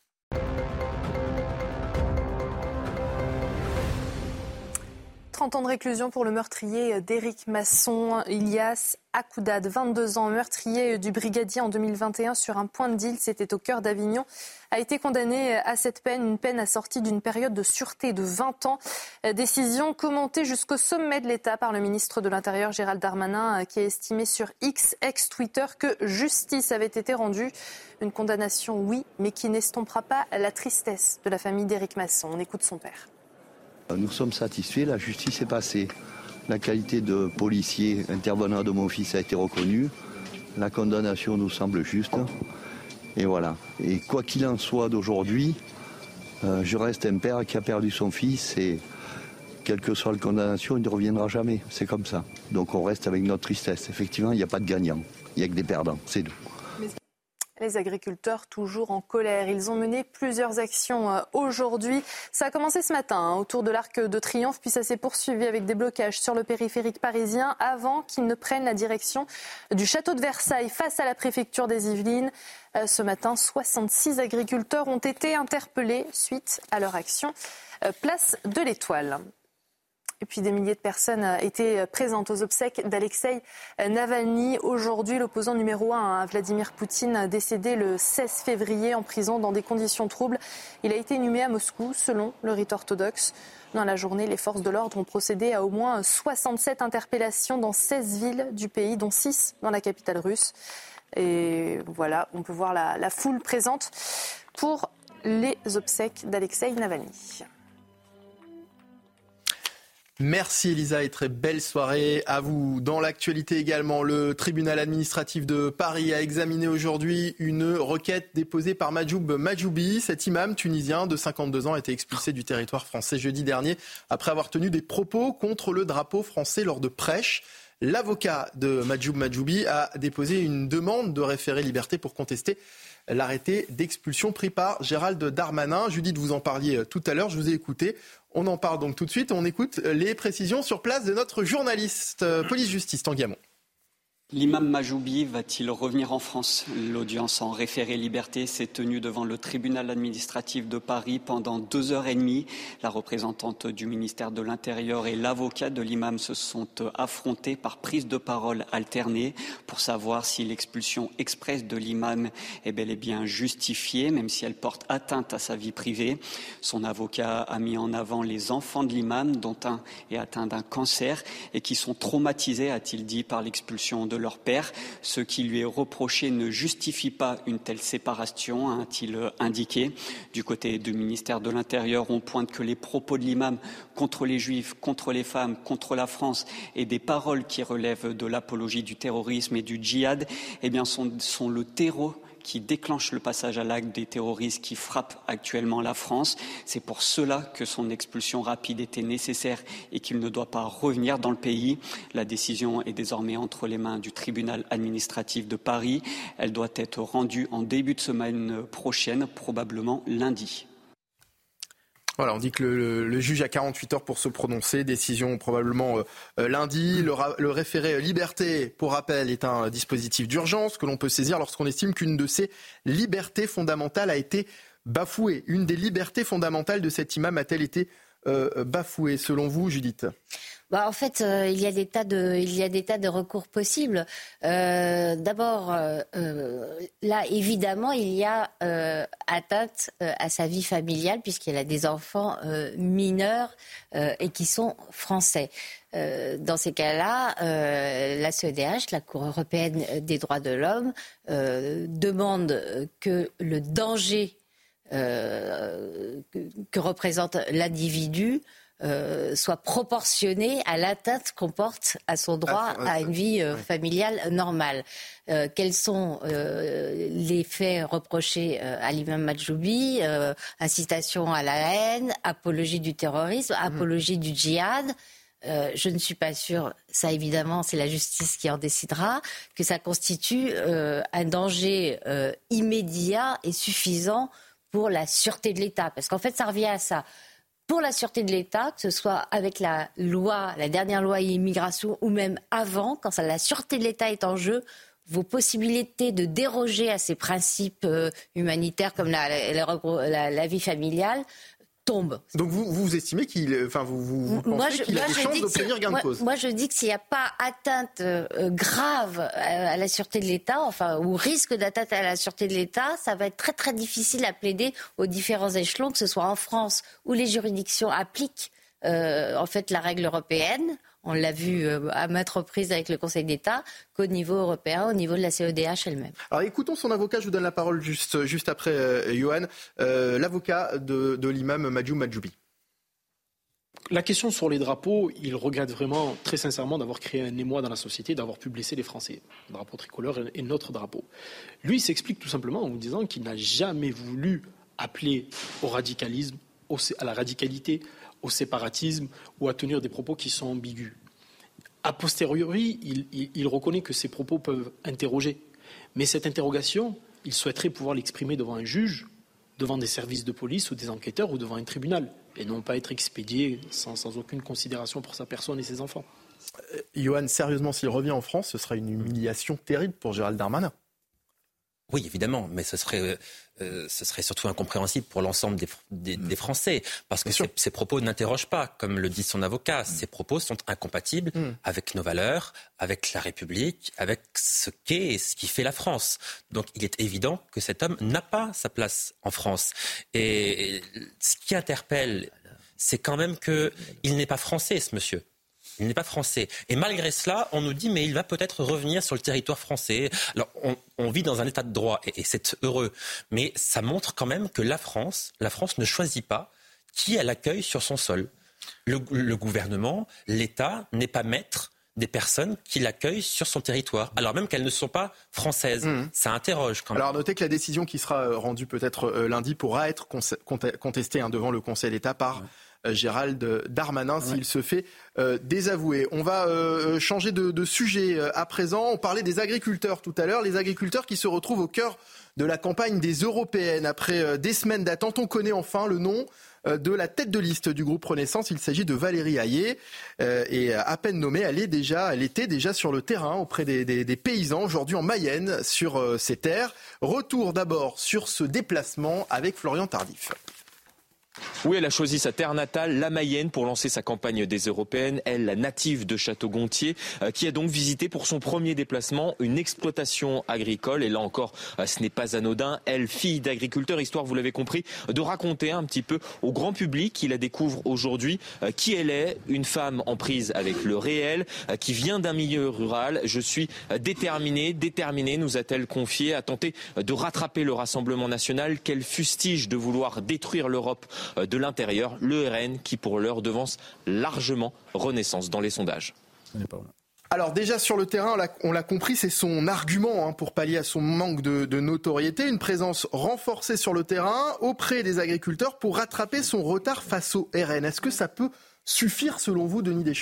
« 30 ans de réclusion pour le meurtrier d'Éric Masson, Ilyas Akoudad, 22 ans, meurtrier du brigadier en 2021 sur un point de deal, c'était au cœur d'Avignon, a été condamné à cette peine, une peine assortie d'une période de sûreté de 20 ans. Décision commentée jusqu'au sommet de l'État par le ministre de l'Intérieur Gérald Darmanin, qui a estimé sur X, ex-Twitter, que justice avait été rendue. Une condamnation, oui, mais qui n'estompera pas la tristesse de la famille d'Éric Masson. On écoute son père. Nous sommes satisfaits, la justice est passée. La qualité de policier intervenant de mon fils a été reconnue. La condamnation nous semble juste. Et voilà. Et quoi qu'il en soit d'aujourd'hui, je reste un père qui a perdu son fils et quelle que soit la condamnation, il ne reviendra jamais. C'est comme ça. Donc on reste avec notre tristesse. Effectivement, il n'y a pas de gagnant. Il n'y a que des perdants. C'est tout. Les agriculteurs toujours en colère. Ils ont mené plusieurs actions aujourd'hui. Ça a commencé ce matin autour de l'Arc de Triomphe, puis ça s'est poursuivi avec des blocages sur le périphérique parisien avant qu'ils ne prennent la direction du château de Versailles face à la préfecture des Yvelines. Ce matin, 66 agriculteurs ont été interpellés suite à leur action. Place de l'Étoile. Et puis des milliers de personnes étaient présentes aux obsèques d'Alexeï Navalny. Aujourd'hui, l'opposant numéro 1 à Vladimir Poutine, décédé le 16 février en prison dans des conditions troubles. Il a été inhumé à Moscou, selon le rite orthodoxe. Dans la journée, les forces de l'ordre ont procédé à au moins 67 interpellations dans 16 villes du pays, dont 6 dans la capitale russe. Et voilà, on peut voir la foule présente pour les obsèques d'Alexeï Navalny. Merci Elisa et très belle soirée à vous. Dans l'actualité également, le tribunal administratif de Paris a examiné aujourd'hui une requête déposée par Majoub Majoubi. Cet imam tunisien de 52 ans a été expulsé du territoire français jeudi dernier après avoir tenu des propos contre le drapeau français lors de prêches. L'avocat de Majoub Majoubi a déposé une demande de référé liberté pour contester l'arrêté d'expulsion pris par Gérald Darmanin. Judith, vous en parliez tout à l'heure, je vous ai écouté. On en parle donc tout de suite. On écoute les précisions sur place de notre journaliste police-justice, Tanguy Hamon. L'imam Majoubi va-t-il revenir en France ? L'audience en référé liberté s'est tenue devant le tribunal administratif de Paris pendant 2h30. La représentante du ministère de l'Intérieur et l'avocat de l'imam se sont affrontés par prise de parole alternée pour savoir si l'expulsion expresse de l'imam est bel et bien justifiée, même si elle porte atteinte à sa vie privée. Son avocat a mis en avant les enfants de l'imam, dont un est atteint d'un cancer et qui sont traumatisés, a-t-il dit, par l'expulsion de leur père. Ce qui lui est reproché ne justifie pas une telle séparation, a-t-il indiqué. Du côté du ministère de l'Intérieur, on pointe que les propos de l'imam contre les juifs, contre les femmes, contre la France et des paroles qui relèvent de l'apologie du terrorisme et du djihad, sont le terreau qui déclenche le passage à l'acte des terroristes qui frappent actuellement la France. C'est pour cela que son expulsion rapide était nécessaire et qu'il ne doit pas revenir dans le pays. La décision est désormais entre les mains du tribunal administratif de Paris. Elle doit être rendue en début de semaine prochaine, probablement lundi. Voilà, on dit que le juge a 48 heures pour se prononcer, décision probablement lundi. Le référé liberté, pour rappel, est un dispositif d'urgence que l'on peut saisir lorsqu'on estime qu'une de ses libertés fondamentales a été bafouée. Une des libertés fondamentales de cet imam a-t-elle été bafouée, selon vous, Judith ? En fait, il y a des tas de recours possibles. D'abord, là, évidemment, il y a atteinte à sa vie familiale puisqu'elle a des enfants mineurs et qui sont français. Dans ces cas-là, la CEDH, la Cour européenne des droits de l'homme, demande que le danger que représente l'individu soit proportionné à l'atteinte qu'on porte à son droit à une vie familiale normale. Quels sont les faits reprochés à l'imam Majoubi ? Incitation à la haine, apologie du terrorisme, apologie du djihad. Je ne suis pas sûre, ça évidemment c'est la justice qui en décidera, que ça constitue un danger immédiat et suffisant pour la sûreté de l'État. Parce qu'en fait ça revient à ça. Pour la sûreté de l'État, que ce soit avec la dernière loi immigration ou même avant, quand la sûreté de l'État est en jeu, vos possibilités de déroger à ces principes humanitaires comme la vie familiale tombent. Donc vous estimez qu'il pensez qu'il a des chances d'obtenir gain de cause ? Moi je dis que s'il n'y a pas atteinte grave à la sûreté de l'État, ou risque d'atteinte à la sûreté de l'État, ça va être très très difficile à plaider aux différents échelons, que ce soit en France où les juridictions appliquent la règle européenne. On l'a vu à maintes reprises avec le Conseil d'État, qu'au niveau européen, au niveau de la CEDH elle-même. Alors écoutons son avocat, je vous donne la parole juste après Yohann, l'avocat de l'imam Majoub Majoubi. La question sur les drapeaux, il regrette vraiment, très sincèrement, d'avoir créé un émoi dans la société, d'avoir pu blesser les Français. Le drapeau tricolore est notre drapeau. Lui, il s'explique tout simplement en vous disant qu'il n'a jamais voulu appeler au radicalisme, à la radicalité, au séparatisme ou à tenir des propos qui sont ambigus. A posteriori, il reconnaît que ces propos peuvent interroger. Mais cette interrogation, il souhaiterait pouvoir l'exprimer devant un juge, devant des services de police ou des enquêteurs ou devant un tribunal, et non pas être expédié sans aucune considération pour sa personne et ses enfants. Yohann, sérieusement, s'il revient en France, ce sera une humiliation terrible pour Gérald Darmanin. Oui, évidemment, mais ce serait surtout incompréhensible pour l'ensemble des Français, parce que ces propos n'interrogent pas, comme le dit son avocat. Ces propos sont incompatibles avec nos valeurs, avec la République, avec ce qu'est et ce qui fait la France. Donc il est évident que cet homme n'a pas sa place en France. Et ce qui interpelle, c'est quand même qu'il n'est pas français, ce monsieur. Il n'est pas français. Et malgré cela, on nous dit mais il va peut-être revenir sur le territoire français. Alors on vit dans un état de droit et c'est heureux. Mais ça montre quand même que la France ne choisit pas qui elle accueille sur son sol. Le gouvernement, l'État n'est pas maître des personnes qui l'accueillent sur son territoire, alors même qu'elles ne sont pas françaises. Ça interroge quand même. Alors notez que la décision qui sera rendue peut-être lundi pourra être contestée devant le Conseil d'État par Gérald Darmanin s'il se fait désavouer. On va changer de sujet à présent. On parlait des agriculteurs tout à l'heure. Les agriculteurs qui se retrouvent au cœur de la campagne des européennes. Après des semaines d'attente, on connaît enfin le nom de la tête de liste du groupe Renaissance. Il s'agit de Valérie Hayé. Et à peine nommée, elle était déjà sur le terrain auprès des paysans, aujourd'hui en Mayenne, sur ces terres. Retour d'abord sur ce déplacement avec Florian Tardif. Oui, elle a choisi sa terre natale, la Mayenne, pour lancer sa campagne des européennes. Elle, la native de Château-Gontier, qui a donc visité pour son premier déplacement une exploitation agricole. Et là encore, ce n'est pas anodin. Elle, fille d'agriculteur, histoire, vous l'avez compris, de raconter un petit peu au grand public qui la découvre aujourd'hui qui elle est, une femme en prise avec le réel, qui vient d'un milieu rural. Je suis déterminée, nous a-t-elle confié, à tenter de rattraper le Rassemblement national qu'elle fustige de vouloir détruire l'Europe de l'intérieur, le RN qui pour l'heure devance largement Renaissance dans les sondages. Alors déjà sur le terrain, on l'a compris, c'est son argument pour pallier à son manque de notoriété, une présence renforcée sur le terrain auprès des agriculteurs pour rattraper son retard face au RN. Est-ce que ça peut suffire selon vous, Denis Deschamps ?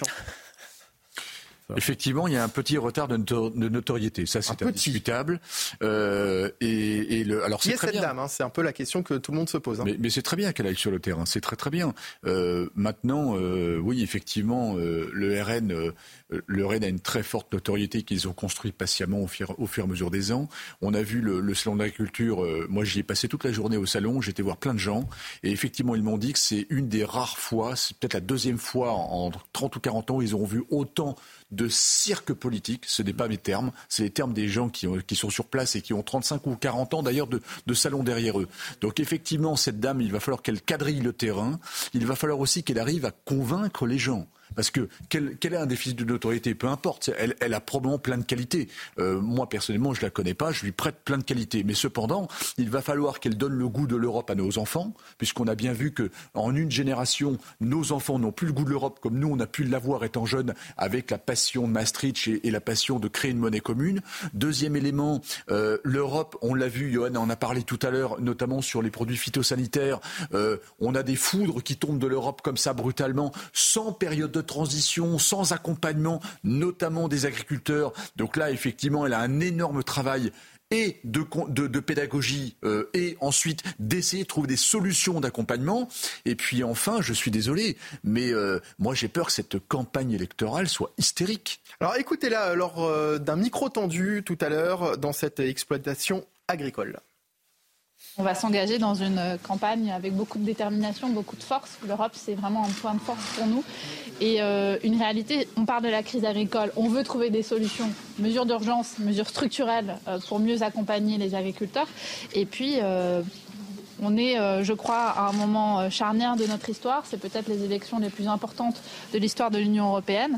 Effectivement, il y a un petit retard de notoriété. Ça, c'est indiscutable. Alors, qui est cette dame, c'est un peu la question que tout le monde se pose. Mais c'est très bien qu'elle aille sur le terrain. C'est très très bien. Maintenant, oui, effectivement, le RN a une très forte notoriété qu'ils ont construit patiemment au fur et à mesure des ans. On a vu le salon de l'agriculture. Moi, j'y ai passé toute la journée au salon. J'étais voir plein de gens. Et effectivement, ils m'ont dit que c'est une des rares fois, c'est peut-être la deuxième fois en 30 ou 40 ans, ils ont vu autant de cirque politique. Ce n'est pas mes termes, c'est les termes des gens qui sont sur place et qui ont 35 ou 40 ans d'ailleurs de salon derrière eux. Donc effectivement, cette dame, il va falloir qu'elle quadrille le terrain. Il va falloir aussi qu'elle arrive à convaincre les gens. Parce que qu'elle a un déficit de notoriété, peu importe, elle a probablement plein de qualités. Moi, personnellement, je la connais pas, je lui prête plein de qualités. Mais cependant, il va falloir qu'elle donne le goût de l'Europe à nos enfants, puisqu'on a bien vu qu'en une génération, nos enfants n'ont plus le goût de l'Europe comme nous, on a pu l'avoir étant jeune, avec la passion de Maastricht et la passion de créer une monnaie commune. Deuxième élément, l'Europe, on l'a vu, Yohann en a parlé tout à l'heure, notamment sur les produits phytosanitaires. On a des foudres qui tombent de l'Europe comme ça brutalement, sans période de transition, sans accompagnement, notamment des agriculteurs. Donc là, effectivement, elle a un énorme travail et de pédagogie et ensuite d'essayer de trouver des solutions d'accompagnement. Et puis enfin, je suis désolé, mais moi j'ai peur que cette campagne électorale soit hystérique. Alors écoutez-la lors d'un micro tendu tout à l'heure dans cette exploitation agricole. On va s'engager dans une campagne avec beaucoup de détermination, beaucoup de force. L'Europe, c'est vraiment un point de force pour nous. Et une réalité, on parle de la crise agricole, on veut trouver des solutions, mesures d'urgence, mesures structurelles pour mieux accompagner les agriculteurs. Et puis, on est, je crois, à un moment charnière de notre histoire. C'est peut-être les élections les plus importantes de l'histoire de l'Union européenne.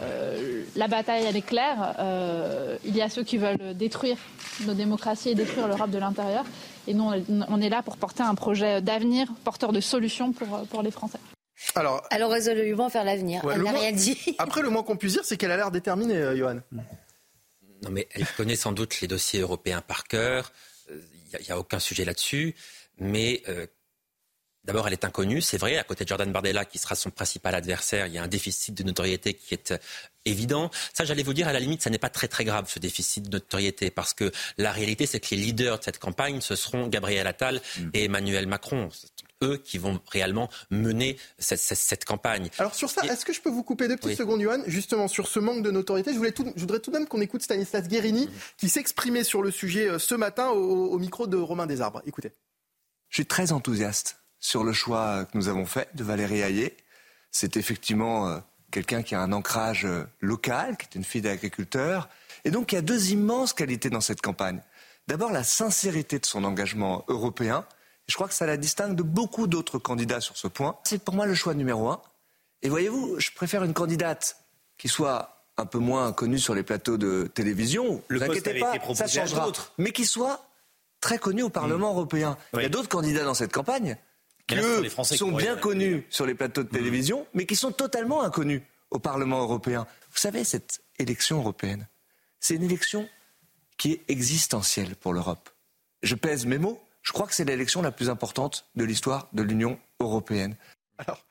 La bataille, elle est claire. Il y a ceux qui veulent détruire nos démocraties et détruire l'Europe de l'intérieur. Et nous, on est là pour porter un projet d'avenir, porteur de solutions pour les Français. Alors résolument vers l'avenir. Elle n'a rien dit. Après, le moins qu'on puisse dire, c'est qu'elle a l'air déterminée, Johan. Non, mais elle connaît sans doute les dossiers européens par cœur. Il n'y a aucun sujet là-dessus. Mais d'abord, elle est inconnue. C'est vrai, à côté de Jordan Bardella, qui sera son principal adversaire, il y a un déficit de notoriété qui est évident. Ça, j'allais vous dire, à la limite, ça n'est pas très très grave, ce déficit de notoriété, parce que la réalité, c'est que les leaders de cette campagne, ce seront Gabriel Attal et Emmanuel Macron. Eux qui vont réellement mener cette campagne. Alors sur ça, est-ce que je peux vous couper 2 petites secondes, Johan, justement sur ce manque de notoriété? Je voudrais tout de même qu'on écoute Stanislas Guerini, qui s'exprimait sur le sujet ce matin au micro de Romain Desarbres. Écoutez. Je suis très enthousiaste sur le choix que nous avons fait de Valérie Hayé. C'est effectivement quelqu'un qui a un ancrage local, qui est une fille d'agriculteur, et donc il y a 2 immenses qualités dans cette campagne. D'abord, la sincérité de son engagement européen. Je crois que ça la distingue de beaucoup d'autres candidats sur ce point. C'est pour moi le choix numéro 1. Et voyez-vous, je préfère une candidate qui soit un peu moins connue sur les plateaux de télévision. Ne vous inquiétez pas, ça changera. Mais qui soit très connue au Parlement européen. Il y a d'autres candidats dans cette campagne qui, eux, sont bien connus sur les plateaux de télévision, mais qui sont totalement inconnus au Parlement européen. Vous savez, cette élection européenne, c'est une élection qui est existentielle pour l'Europe. Je pèse mes mots. Je crois que c'est l'élection la plus importante de l'histoire de l'Union européenne. Alors,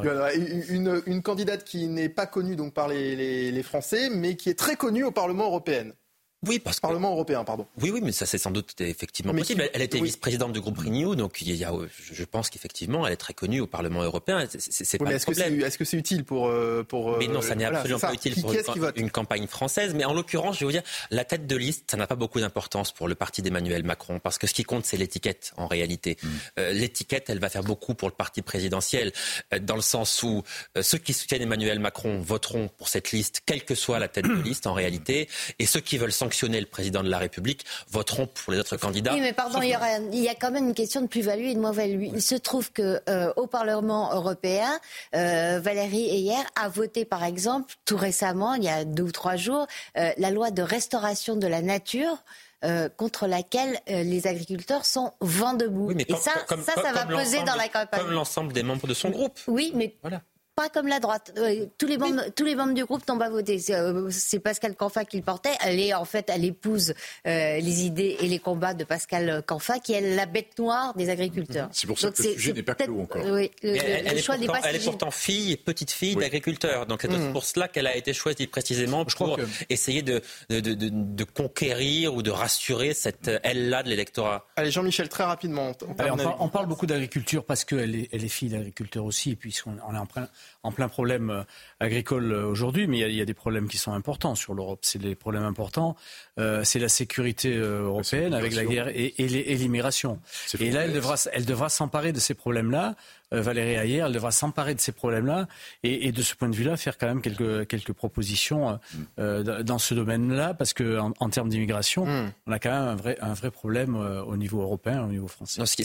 une candidate qui n'est pas connue donc par les Français, mais qui est très connue au Parlement européen. Oui, parce que... Parlement européen, pardon. Oui, mais ça c'est sans doute effectivement possible. Elle était vice-présidente du groupe Renew, donc je pense qu'effectivement elle est très connue au Parlement européen. C'est pas le problème. Est-ce que c'est utile pour Mais non, ça n'est absolument pas utile pour une campagne française. Mais en l'occurrence, je vais vous dire, la tête de liste, ça n'a pas beaucoup d'importance pour le parti d'Emmanuel Macron, parce que ce qui compte, c'est l'étiquette en réalité. L'étiquette, elle va faire beaucoup pour le parti présidentiel, dans le sens où ceux qui soutiennent Emmanuel Macron voteront pour cette liste, quelle que soit la tête de liste en réalité, et ceux qui veulent sanctionner le président de la République voteront pour les autres candidats. Oui, mais pardon, il y a quand même une question de plus-value et de moins-value. Il se trouve qu'au Parlement européen, Valérie Hayé a voté, par exemple, tout récemment, il y a 2 ou 3 jours, la loi de restauration de la nature. Contre laquelle les agriculteurs sont vent debout. Oui, et ça va peser dans la campagne. Comme l'ensemble des membres de son groupe. Oui, mais... Voilà. Pas comme la droite. Tous les membres du groupe n'ont pas voté. C'est Pascal Canfin qui le portait. Elle épouse les idées et les combats de Pascal Canfin, qui est la bête noire des agriculteurs. C'est pour ça que le sujet n'est pas clos encore. Oui, elle est pourtant petite fille d'agriculteur. Donc c'est pour cela qu'elle a été choisie précisément pour essayer de conquérir ou de rassurer cette aile-là de l'électorat. Allez, Jean-Michel, très rapidement. On parle beaucoup d'agriculture parce qu'elle est fille d'agriculteur aussi, puisqu'on est en plein problème agricole aujourd'hui, mais il y a des problèmes qui sont importants sur l'Europe. C'est des problèmes importants. C'est la sécurité européenne avec la guerre et l'immigration. Et là, elle devra s'emparer de ces problèmes-là. Valérie Hayé, elle devra s'emparer de ces problèmes-là et de ce point de vue-là faire quand même quelques propositions dans ce domaine-là, parce que en termes d'immigration, on a quand même un vrai problème au niveau européen, au niveau français. Non, ce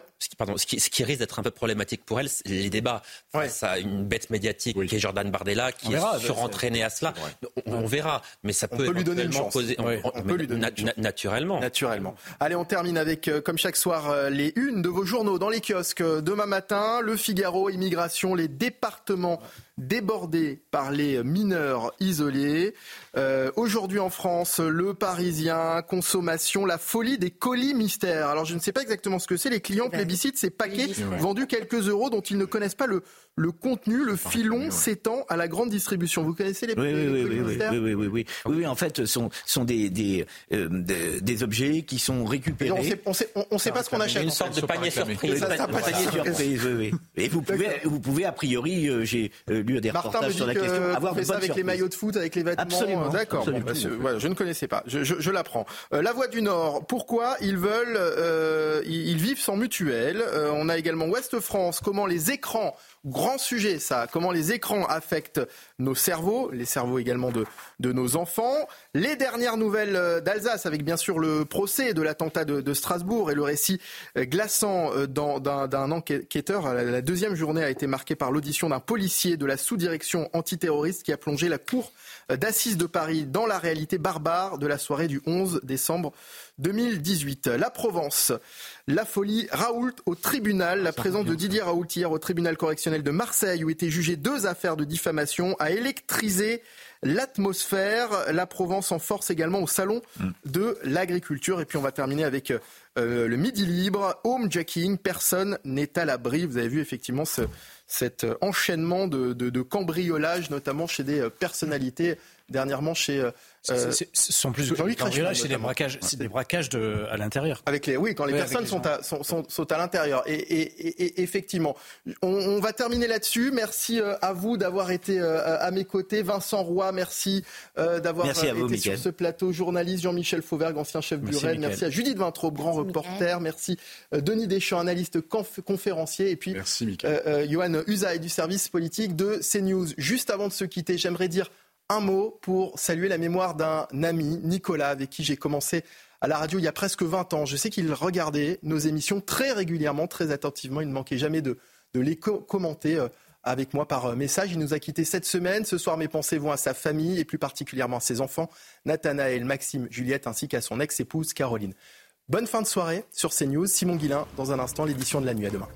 qui risque d'être un peu problématique pour elle, c'est les débats face à une bête médiatique qui est Jordan Bardella, qui est surentraîné à cela. On verra, mais ça peut lui donner une chance. Naturellement. Allez, on termine avec, comme chaque soir, les unes de vos journaux dans les kiosques. Demain matin, Le Figaro, immigration, les départements débordés par les mineurs isolés. Aujourd'hui en France, Le Parisien, consommation, la folie des colis mystères. Alors je ne sais pas exactement ce que c'est. Les clients plébiscitent ces paquets vendus quelques euros dont ils ne connaissent pas le contenu. Le filon s'étend à la grande distribution. Vous connaissez les colis mystères ? Oui, en fait, ce sont des objets qui sont récupérés. On ne sait pas ce qu'on achète. Une sorte de panier surprise. Oui. Et vous pouvez a priori, j'ai lu des reportages sur la question, avoir fait ça avec les maillots de foot, avec les vêtements. Absolument. D'accord. Je ne connaissais pas. Je l'apprends. La Voix du Nord. Pourquoi ils vivent sans mutuelle. On a également Ouest France. Comment les écrans, grand sujet ça, comment les écrans affectent nos cerveaux, les cerveaux également de nos enfants. Les dernières nouvelles d'Alsace, avec bien sûr le procès de l'attentat de Strasbourg et le récit glaçant d'un enquêteur. La deuxième journée a été marquée par l'audition d'un policier de la sous-direction antiterroriste qui a plongé la cour d'assises de Paris dans la réalité barbare de la soirée du 11 décembre 2018. La Provence, la folie Raoult au tribunal. La présence de Didier Raoult hier au tribunal correctionnel de Marseille, où étaient jugées 2 affaires de diffamation, a électrisé l'atmosphère. La Provence en force également au salon de l'agriculture. Et puis on va terminer avec le Midi Libre. Homejacking, personne n'est à l'abri. Vous avez vu effectivement cet enchaînement de cambriolage, notamment chez des personnalités. Dernièrement chez ce sont plus de cambriolage, c'est des braquages à l'intérieur. Quand les personnes sont à l'intérieur. Et effectivement, on va terminer là-dessus. Merci à vous d'avoir été à mes côtés. Vincent Roy, merci d'avoir été sur ce plateau. Journaliste Jean-Michel Fauvergue, ancien chef du RAID. Merci à Judith Vintraud, grand reporter. Merci Denis Deschamps, analyste conférencier. Et puis Yohann Usaï du service politique de CNews. Juste avant de se quitter, j'aimerais dire un mot pour saluer la mémoire d'un ami, Nicolas, avec qui j'ai commencé à la radio il y a presque 20 ans. Je sais qu'il regardait nos émissions très régulièrement, très attentivement. Il ne manquait jamais de les commenter avec moi par message. Il nous a quittés cette semaine. Ce soir, mes pensées vont à sa famille et plus particulièrement à ses enfants, Nathanaël, Maxime, Juliette, ainsi qu'à son ex-épouse Caroline. Bonne fin de soirée sur CNews. Simon Guillain, dans un instant, l'édition de la nuit. À demain.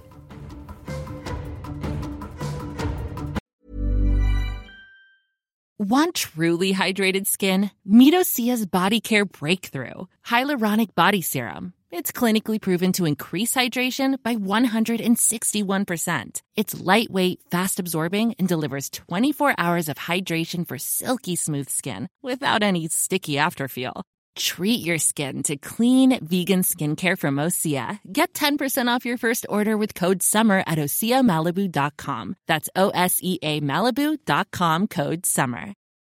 Want truly hydrated skin? Meet Osea's Body Care Breakthrough Hyaluronic Body Serum. It's clinically proven to increase hydration by 161%. It's lightweight, fast-absorbing, and delivers 24 hours of hydration for silky smooth skin without any sticky afterfeel. Treat your skin to clean, vegan skincare from Osea. Get 10% off your first order with code SUMMER at OseaMalibu.com. That's OSEA Malibu.com, code SUMMER.